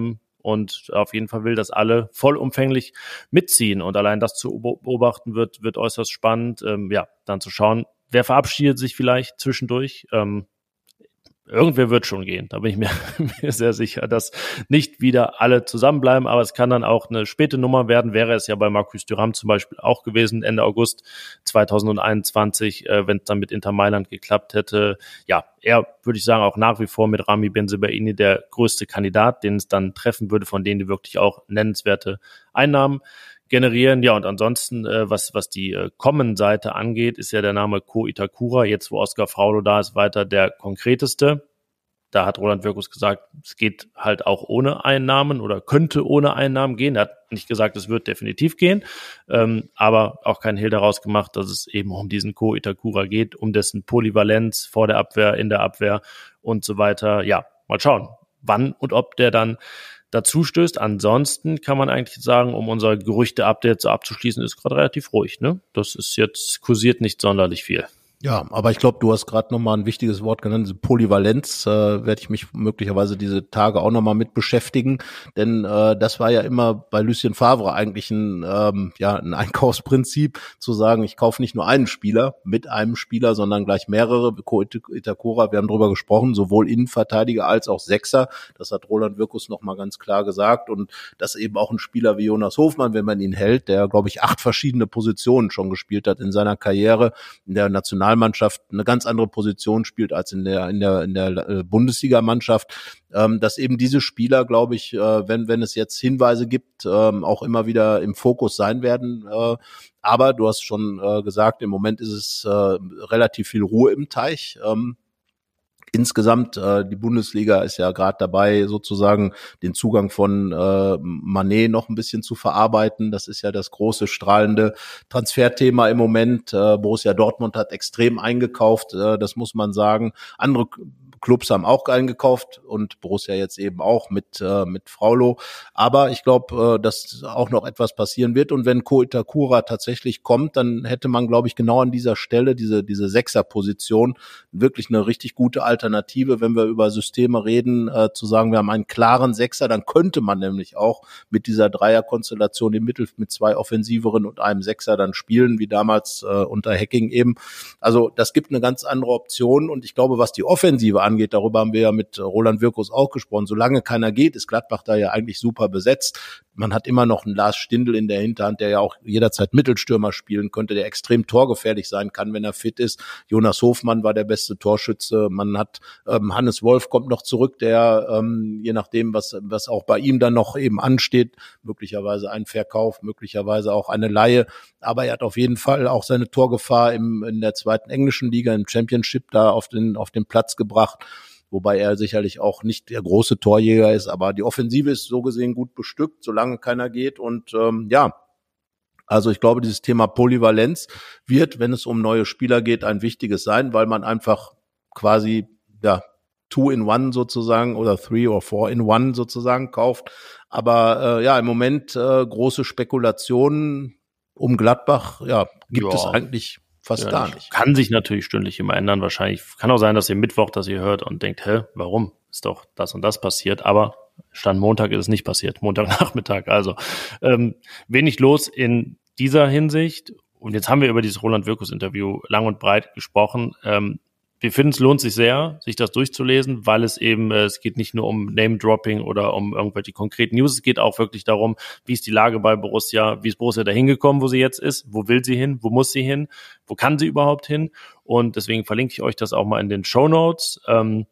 und auf jeden Fall will, dass alle vollumfänglich mitziehen und allein das zu beobachten wird, wird äußerst spannend, ähm, ja, dann zu schauen, wer verabschiedet sich vielleicht zwischendurch, ähm, irgendwer wird schon gehen, da bin ich mir, mir sehr sicher, dass nicht wieder alle zusammenbleiben, aber es kann dann auch eine späte Nummer werden, wäre es ja bei Marcus Thuram zum Beispiel auch gewesen, Ende August zweitausendeinundzwanzig, äh, wenn es dann mit Inter Mailand geklappt hätte. Ja, er, würde ich sagen, auch nach wie vor mit Rami Bensebaini der größte Kandidat, den es dann treffen würde, von denen die wirklich auch nennenswerte Einnahmen generieren. Ja, und ansonsten, äh, was was die äh, Common-Seite angeht, ist ja der Name Ko Itakura, jetzt wo Oscar Fraulo da ist, weiter der konkreteste. Da hat Roland Wirkus gesagt, es geht halt auch ohne Einnahmen oder könnte ohne Einnahmen gehen. Er hat nicht gesagt, es wird definitiv gehen, ähm, aber auch keinen Hehl daraus gemacht, dass es eben um diesen Ko Itakura geht, um dessen Polyvalenz vor der Abwehr, in der Abwehr und so weiter. Ja, mal schauen, wann und ob der dann dazu stößt. Ansonsten kann man eigentlich sagen, um unser Gerüchte-Update so abzuschließen, ist gerade relativ ruhig, ne? Das ist jetzt, kursiert nicht sonderlich viel. Ja, aber ich glaube, du hast gerade nochmal ein wichtiges Wort genannt, diese Polyvalenz, äh, werde ich mich möglicherweise diese Tage auch nochmal mit beschäftigen, denn äh, das war ja immer bei Lucien Favre eigentlich ein, ähm, ja, ein Einkaufsprinzip, zu sagen, ich kaufe nicht nur einen Spieler mit einem Spieler, sondern gleich mehrere. Ko Itakura, wir haben drüber gesprochen, sowohl Innenverteidiger als auch Sechser, das hat Roland Wirkus nochmal ganz klar gesagt, und dass eben auch ein Spieler wie Jonas Hofmann, wenn man ihn hält, der, glaube ich, acht verschiedene Positionen schon gespielt hat in seiner Karriere, in der National Mannschaft eine ganz andere Position spielt als in der in der in der Bundesliga-Mannschaft, ähm, dass eben diese Spieler, glaube ich, äh, wenn wenn es jetzt Hinweise gibt, ähm, auch immer wieder im Fokus sein werden. Äh, aber du hast schon äh, gesagt, im Moment ist es äh, relativ viel Ruhe im Teich. Ähm, Insgesamt, äh, die Bundesliga ist ja gerade dabei, sozusagen den Zugang von äh, Mané noch ein bisschen zu verarbeiten. Das ist ja das große, strahlende Transferthema im Moment. Äh, Borussia Dortmund hat extrem eingekauft, äh, das muss man sagen. Andere Clubs haben auch eingekauft und Borussia jetzt eben auch mit äh, mit Fraulo. Aber ich glaube, äh, dass auch noch etwas passieren wird. Und wenn Ko Itakura tatsächlich kommt, dann hätte man, glaube ich, genau an dieser Stelle diese diese Sechserposition wirklich eine richtig gute Alternative, wenn wir über Systeme reden, äh, zu sagen, wir haben einen klaren Sechser, dann könnte man nämlich auch mit dieser Dreierkonstellation im Mittel mit zwei Offensiveren und einem Sechser dann spielen, wie damals äh, unter Hacking eben. Also das gibt eine ganz andere Option, und ich glaube, was die Offensive angeht, geht. Darüber haben wir ja mit Roland Wirkus auch gesprochen. Solange keiner geht, ist Gladbach da ja eigentlich super besetzt. Man hat immer noch einen Lars Stindl in der Hinterhand, der ja auch jederzeit Mittelstürmer spielen könnte, der extrem torgefährlich sein kann, wenn er fit ist. Jonas Hofmann war der beste Torschütze. Man hat ähm, Hannes Wolf kommt noch zurück, der ähm, je nachdem, was was auch bei ihm dann noch eben ansteht, möglicherweise ein Verkauf, möglicherweise auch eine Leihe. Aber er hat auf jeden Fall auch seine Torgefahr im in der zweiten englischen Liga, im Championship da auf den auf den Platz gebracht. Wobei er sicherlich auch nicht der große Torjäger ist, aber die Offensive ist so gesehen gut bestückt, solange keiner geht. Und ähm, ja, also ich glaube, dieses Thema Polyvalenz wird, wenn es um neue Spieler geht, ein wichtiges sein, weil man einfach quasi ja two in one sozusagen oder three or four in one sozusagen kauft. Aber äh, ja, im Moment äh, große Spekulationen um Gladbach, ja, gibt ja. es eigentlich fast ja, gar nicht. Kann sich natürlich stündlich immer ändern. Wahrscheinlich kann auch sein, dass ihr Mittwoch das ihr hört und denkt, hä, warum? Ist doch das und das passiert. Aber Stand Montag ist es nicht passiert. Montagnachmittag. Also ähm, wenig los in dieser Hinsicht. Und jetzt haben wir über dieses Roland Wirkus-Interview lang und breit gesprochen. Ähm, wir finden, es lohnt sich sehr, sich das durchzulesen, weil es eben, äh, es geht nicht nur um Name-Dropping oder um irgendwelche konkreten News, es geht auch wirklich darum, wie ist die Lage bei Borussia, wie ist Borussia da hingekommen, wo sie jetzt ist, wo will sie hin, wo muss sie hin, wo kann sie überhaupt hin, und deswegen verlinke ich euch das auch mal in den Shownotes. Ähm,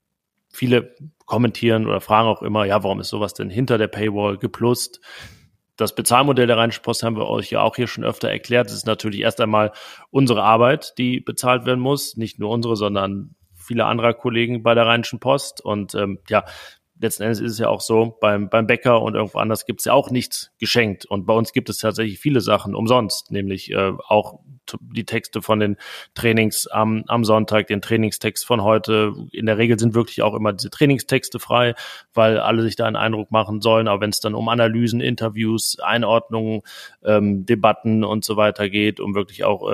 viele kommentieren oder fragen auch immer, ja, warum ist sowas denn hinter der Paywall geplust? Das Bezahlmodell der Rheinischen Post haben wir euch ja auch hier schon öfter erklärt. Das ist natürlich erst einmal unsere Arbeit, die bezahlt werden muss. Nicht nur unsere, sondern viele anderer Kollegen bei der Rheinischen Post. Und ähm, ja, letzten Endes ist es ja auch so, beim beim Bäcker und irgendwo anders gibt es ja auch nichts geschenkt. Und bei uns gibt es tatsächlich viele Sachen umsonst, nämlich äh, auch die Texte von den Trainings am am Sonntag, den Trainingstext von heute. In der Regel sind wirklich auch immer diese Trainingstexte frei, weil alle sich da einen Eindruck machen sollen. Aber wenn es dann um Analysen, Interviews, Einordnungen, ähm, Debatten und so weiter geht, um wirklich auch äh,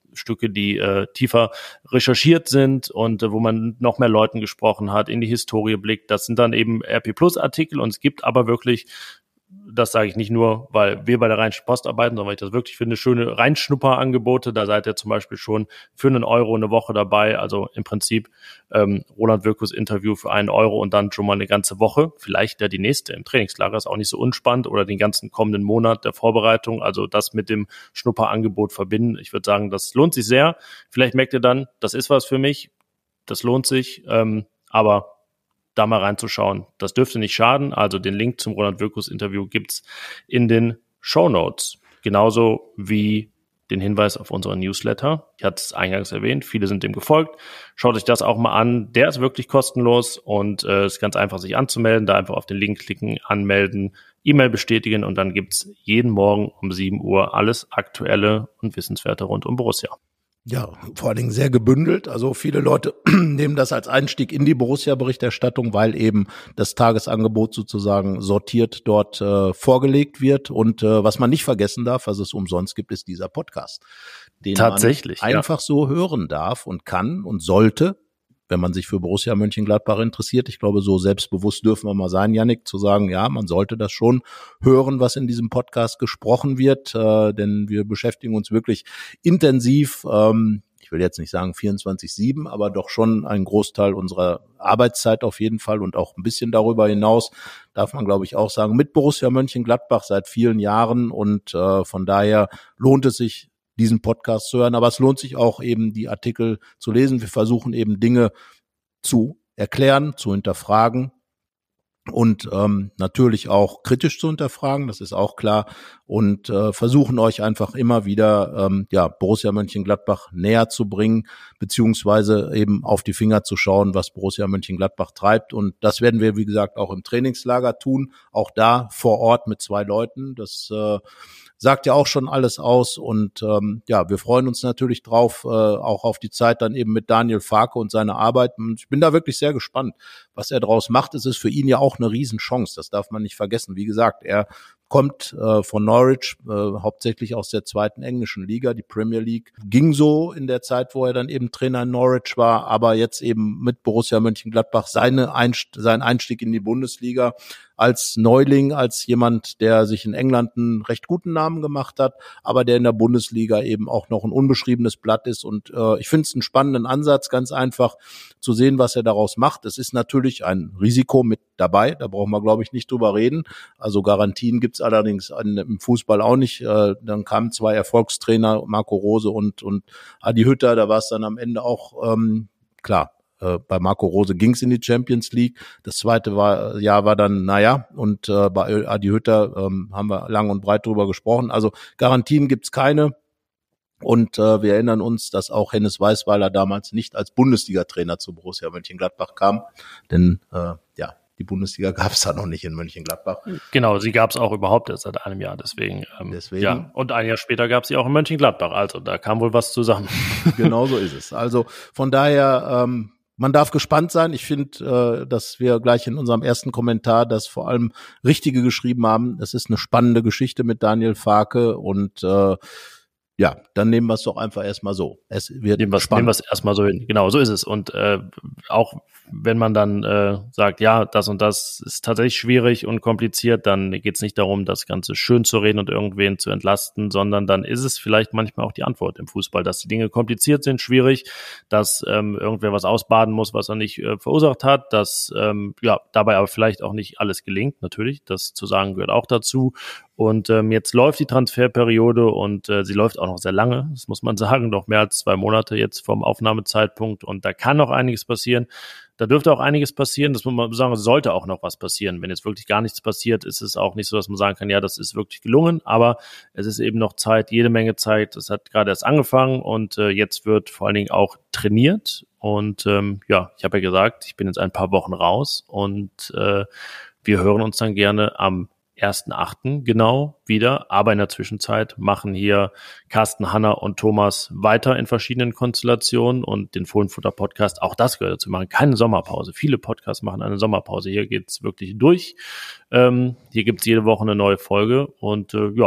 Stücke, die äh, tiefer recherchiert sind und äh, wo man noch mehr Leuten gesprochen hat, in die Historie blickt. Das sind dann eben R P Plus Artikel und es gibt aber wirklich, das sage ich nicht nur, weil wir bei der Rheinischen Post arbeiten, sondern weil ich das wirklich finde, schöne Reinschnupperangebote. Da seid ihr zum Beispiel schon für einen Euro eine Woche dabei. Also im Prinzip ähm, Roland Wirkus Interview für einen Euro und dann schon mal eine ganze Woche. Vielleicht ja die nächste im Trainingslager, ist auch nicht so unspannend, oder den ganzen kommenden Monat der Vorbereitung. Also das mit dem Schnupperangebot verbinden. Ich würde sagen, das lohnt sich sehr. Vielleicht merkt ihr dann, das ist was für mich. Das lohnt sich. Ähm, aber da mal reinzuschauen. Das dürfte nicht schaden. Also den Link zum Roland Wirkus Interview gibt's in den Shownotes. Genauso wie den Hinweis auf unseren Newsletter. Ich hatte es eingangs erwähnt. Viele sind dem gefolgt. Schaut euch das auch mal an. Der ist wirklich kostenlos und es äh, ist ganz einfach, sich anzumelden. Da einfach auf den Link klicken, anmelden, E-Mail bestätigen und dann gibt's jeden Morgen um sieben Uhr alles Aktuelle und Wissenswerte rund um Borussia. Ja, vor allen Dingen sehr gebündelt. Also viele Leute nehmen das als Einstieg in die Borussia-Berichterstattung, weil eben das Tagesangebot sozusagen sortiert dort äh, vorgelegt wird. Und äh, was man nicht vergessen darf, was es umsonst gibt, ist dieser Podcast, den Tatsächlich, man einfach ja. so hören darf und kann und sollte, wenn man sich für Borussia Mönchengladbach interessiert. Ich glaube, so selbstbewusst dürfen wir mal sein, Yannick, zu sagen, ja, man sollte das schon hören, was in diesem Podcast gesprochen wird, äh, denn wir beschäftigen uns wirklich intensiv, ähm, ich will jetzt nicht sagen vierundzwanzig sieben, aber doch schon einen Großteil unserer Arbeitszeit auf jeden Fall und auch ein bisschen darüber hinaus, darf man, glaube ich, auch sagen, mit Borussia Mönchengladbach seit vielen Jahren und äh, von daher lohnt es sich, diesen Podcast zu hören, aber es lohnt sich auch eben, die Artikel zu lesen. Wir versuchen eben Dinge zu erklären, zu hinterfragen und ähm, natürlich auch kritisch zu hinterfragen, das ist auch klar, und äh, versuchen euch einfach immer wieder ähm, ja Borussia Mönchengladbach näher zu bringen, beziehungsweise eben auf die Finger zu schauen, was Borussia Mönchengladbach treibt, und das werden wir, wie gesagt, auch im Trainingslager tun, auch da vor Ort mit zwei Leuten, das äh, sagt ja auch schon alles aus und ähm, ja, wir freuen uns natürlich drauf, äh, auch auf die Zeit dann eben mit Daniel Farke und seiner Arbeit. Und ich bin da wirklich sehr gespannt, was er daraus macht. Es ist für ihn ja auch eine Riesenchance, das darf man nicht vergessen. Wie gesagt, er kommt äh, von Norwich, äh, hauptsächlich aus der zweiten englischen Liga, die Premier League. Ging so in der Zeit, wo er dann eben Trainer in Norwich war, aber jetzt eben mit Borussia Mönchengladbach seine Einst- sein Einstieg in die Bundesliga als Neuling, als jemand, der sich in England einen recht guten Namen gemacht hat, aber der in der Bundesliga eben auch noch ein unbeschriebenes Blatt ist. Und äh, ich finde es einen spannenden Ansatz, ganz einfach zu sehen, was er daraus macht. Es ist natürlich ein Risiko mit dabei, da brauchen wir, glaube ich, nicht drüber reden. Also Garantien gibt's allerdings an, im Fußball auch nicht. Äh, dann kamen zwei Erfolgstrainer, Marco Rose und, und Adi Hütter, da war es dann am Ende auch ähm, klar. Bei Marco Rose ging's in die Champions League. Das zweite war, Jahr war dann, naja, und äh, bei Adi Hütter ähm, haben wir lang und breit drüber gesprochen. Also Garantien gibt's keine. Und äh, wir erinnern uns, dass auch Hennes Weisweiler damals nicht als Bundesliga-Trainer zu Borussia Mönchengladbach kam. Denn äh, ja, die Bundesliga gab's da noch nicht in Mönchengladbach. Genau, sie gab's auch überhaupt erst seit einem Jahr. Deswegen, ähm, Deswegen. Ja, und ein Jahr später gab's sie auch in Mönchengladbach. Also da kam wohl was zusammen. Genau so ist es. Also von daher, ähm, man darf gespannt sein. Ich finde, äh, dass wir gleich in unserem ersten Kommentar das vor allem Richtige geschrieben haben. Es ist eine spannende Geschichte mit Daniel Farke und äh, ja, dann nehmen wir es doch einfach erstmal so. Es wird nehmen wir spannend. Nehmen wir es erstmal so hin. Genau, so ist es. Und äh, auch wenn man dann äh, sagt, ja, das und das ist tatsächlich schwierig und kompliziert, dann geht es nicht darum, das Ganze schön zu reden und irgendwen zu entlasten, sondern dann ist es vielleicht manchmal auch die Antwort im Fußball, dass die Dinge kompliziert sind, schwierig, dass ähm, irgendwer was ausbaden muss, was er nicht äh, verursacht hat, dass ähm, ja dabei aber vielleicht auch nicht alles gelingt, natürlich, das zu sagen gehört auch dazu. Und ähm, jetzt läuft die Transferperiode und äh, sie läuft auch noch sehr lange, das muss man sagen, noch mehr als zwei Monate jetzt vom Aufnahmezeitpunkt und da kann noch einiges passieren. Da dürfte auch einiges passieren, das muss man sagen, es sollte auch noch was passieren. Wenn jetzt wirklich gar nichts passiert, ist es auch nicht so, dass man sagen kann, ja, das ist wirklich gelungen, aber es ist eben noch Zeit, jede Menge Zeit. Das hat gerade erst angefangen und äh, jetzt wird vor allen Dingen auch trainiert und ähm, ja, ich habe ja gesagt, ich bin jetzt ein paar Wochen raus und äh, wir hören uns dann gerne am ersten achten genau wieder, aber in der Zwischenzeit machen hier Carsten, Hanna und Thomas weiter in verschiedenen Konstellationen und den Fohlenfutter-Podcast, auch das gehört dazu, machen keine Sommerpause. Viele Podcasts machen eine Sommerpause, hier geht's wirklich durch. Ähm, hier gibt's jede Woche eine neue Folge und äh, ja,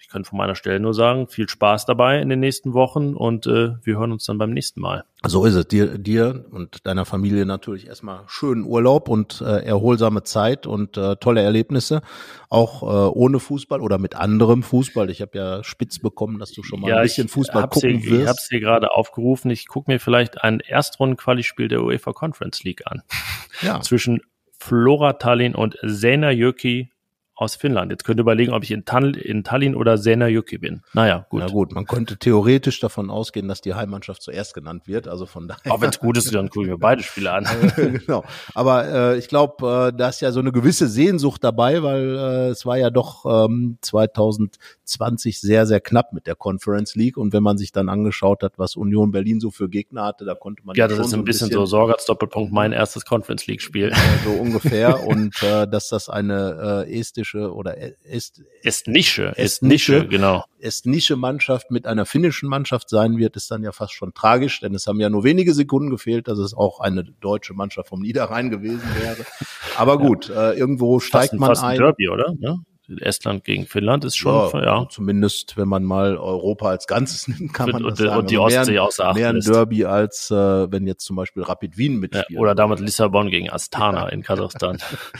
ich kann von meiner Stelle nur sagen, viel Spaß dabei in den nächsten Wochen und äh, wir hören uns dann beim nächsten Mal. So ist es. Dir, dir und deiner Familie natürlich erstmal schönen Urlaub und äh, erholsame Zeit und äh, tolle Erlebnisse, auch äh, ohne Fußball oder mit anderem Fußball. Ich habe ja spitz bekommen, dass du schon mal ja, ein bisschen Fußball gucken hier, wirst. Ich habe es dir gerade aufgerufen. Ich gucke mir vielleicht ein Erstrunden-Quali-Spiel der UEFA Conference League an. Ja. Zwischen Flora Tallinn und Seinäjoki aus Finnland. Jetzt könnt ihr überlegen, ob ich in, Tall- in Tallinn oder Seinäjoki bin. Naja, gut. Na gut, man könnte theoretisch davon ausgehen, dass die Heimmannschaft zuerst genannt wird. Also von daher. Auch wenn es gut ist, dann gucken wir beide Spiele an. Genau. Aber äh, ich glaube, äh, da ist ja so eine gewisse Sehnsucht dabei, weil äh, es war ja doch ähm, zwanzig zwanzig sehr, sehr knapp mit der Conference League. Und wenn man sich dann angeschaut hat, was Union Berlin so für Gegner hatte, da konnte man ja, das schon ist ein bisschen, bisschen so Sorgatz Doppelpunkt mein erstes Conference League Spiel. Äh, so ungefähr. Und äh, dass das eine äh, estische oder Est, Estnische, Estnische, genau. Estnische Mannschaft mit einer finnischen Mannschaft sein wird, ist dann ja fast schon tragisch, denn es haben ja nur wenige Sekunden gefehlt, dass es auch eine deutsche Mannschaft vom Niederrhein gewesen wäre. Aber gut, ja. äh, irgendwo steigt fast, man fast ein. Ein Derby, oder? Ja? Estland gegen Finnland ist schon, ja, ja. Zumindest, wenn man mal Europa als Ganzes nimmt, kann man und, das sagen. Und die Ostsee außer Acht mehr ein lässt. Derby, als äh, wenn jetzt zum Beispiel Rapid Wien mitspielt. Ja, oder damals Lissabon gegen Astana ja. in Kasachstan.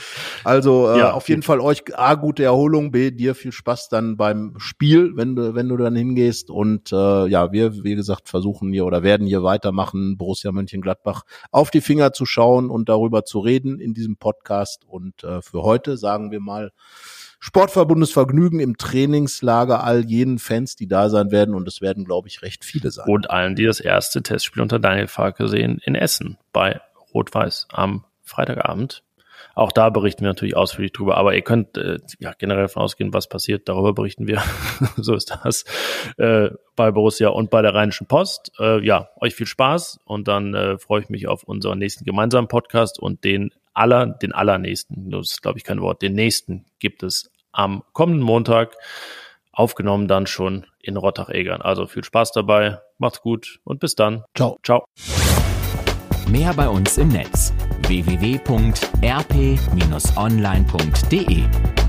Also äh, ja, auf jeden Fall euch A, gute Erholung, B, dir viel Spaß dann beim Spiel, wenn du wenn du dann hingehst. Und äh, ja, wir, wie gesagt, versuchen hier oder werden hier weitermachen, Borussia Mönchengladbach auf die Finger zu schauen und darüber zu reden in diesem Podcast. Und äh, für heute sagen wir mal, Sportverbundesvergnügen im Trainingslager all jenen Fans, die da sein werden. Und es werden, glaube ich, recht viele sein. Und allen, die das erste Testspiel unter Daniel Farke sehen in Essen bei Rot-Weiß am Freitagabend. Auch da berichten wir natürlich ausführlich drüber. Aber ihr könnt äh, ja generell davon ausgehen, was passiert. Darüber berichten wir. So ist das äh, bei Borussia und bei der Rheinischen Post. Äh, ja, euch viel Spaß. Und dann äh, freue ich mich auf unseren nächsten gemeinsamen Podcast und den aller, den allernächsten. Das ist, glaube ich, kein Wort. Den nächsten gibt es am kommenden Montag, aufgenommen dann schon in Rottach-Egern. Also viel Spaß dabei, macht's gut und bis dann. Ciao. Ciao. Mehr bei uns im Netz w w w punkt r p Bindestrich online punkt d e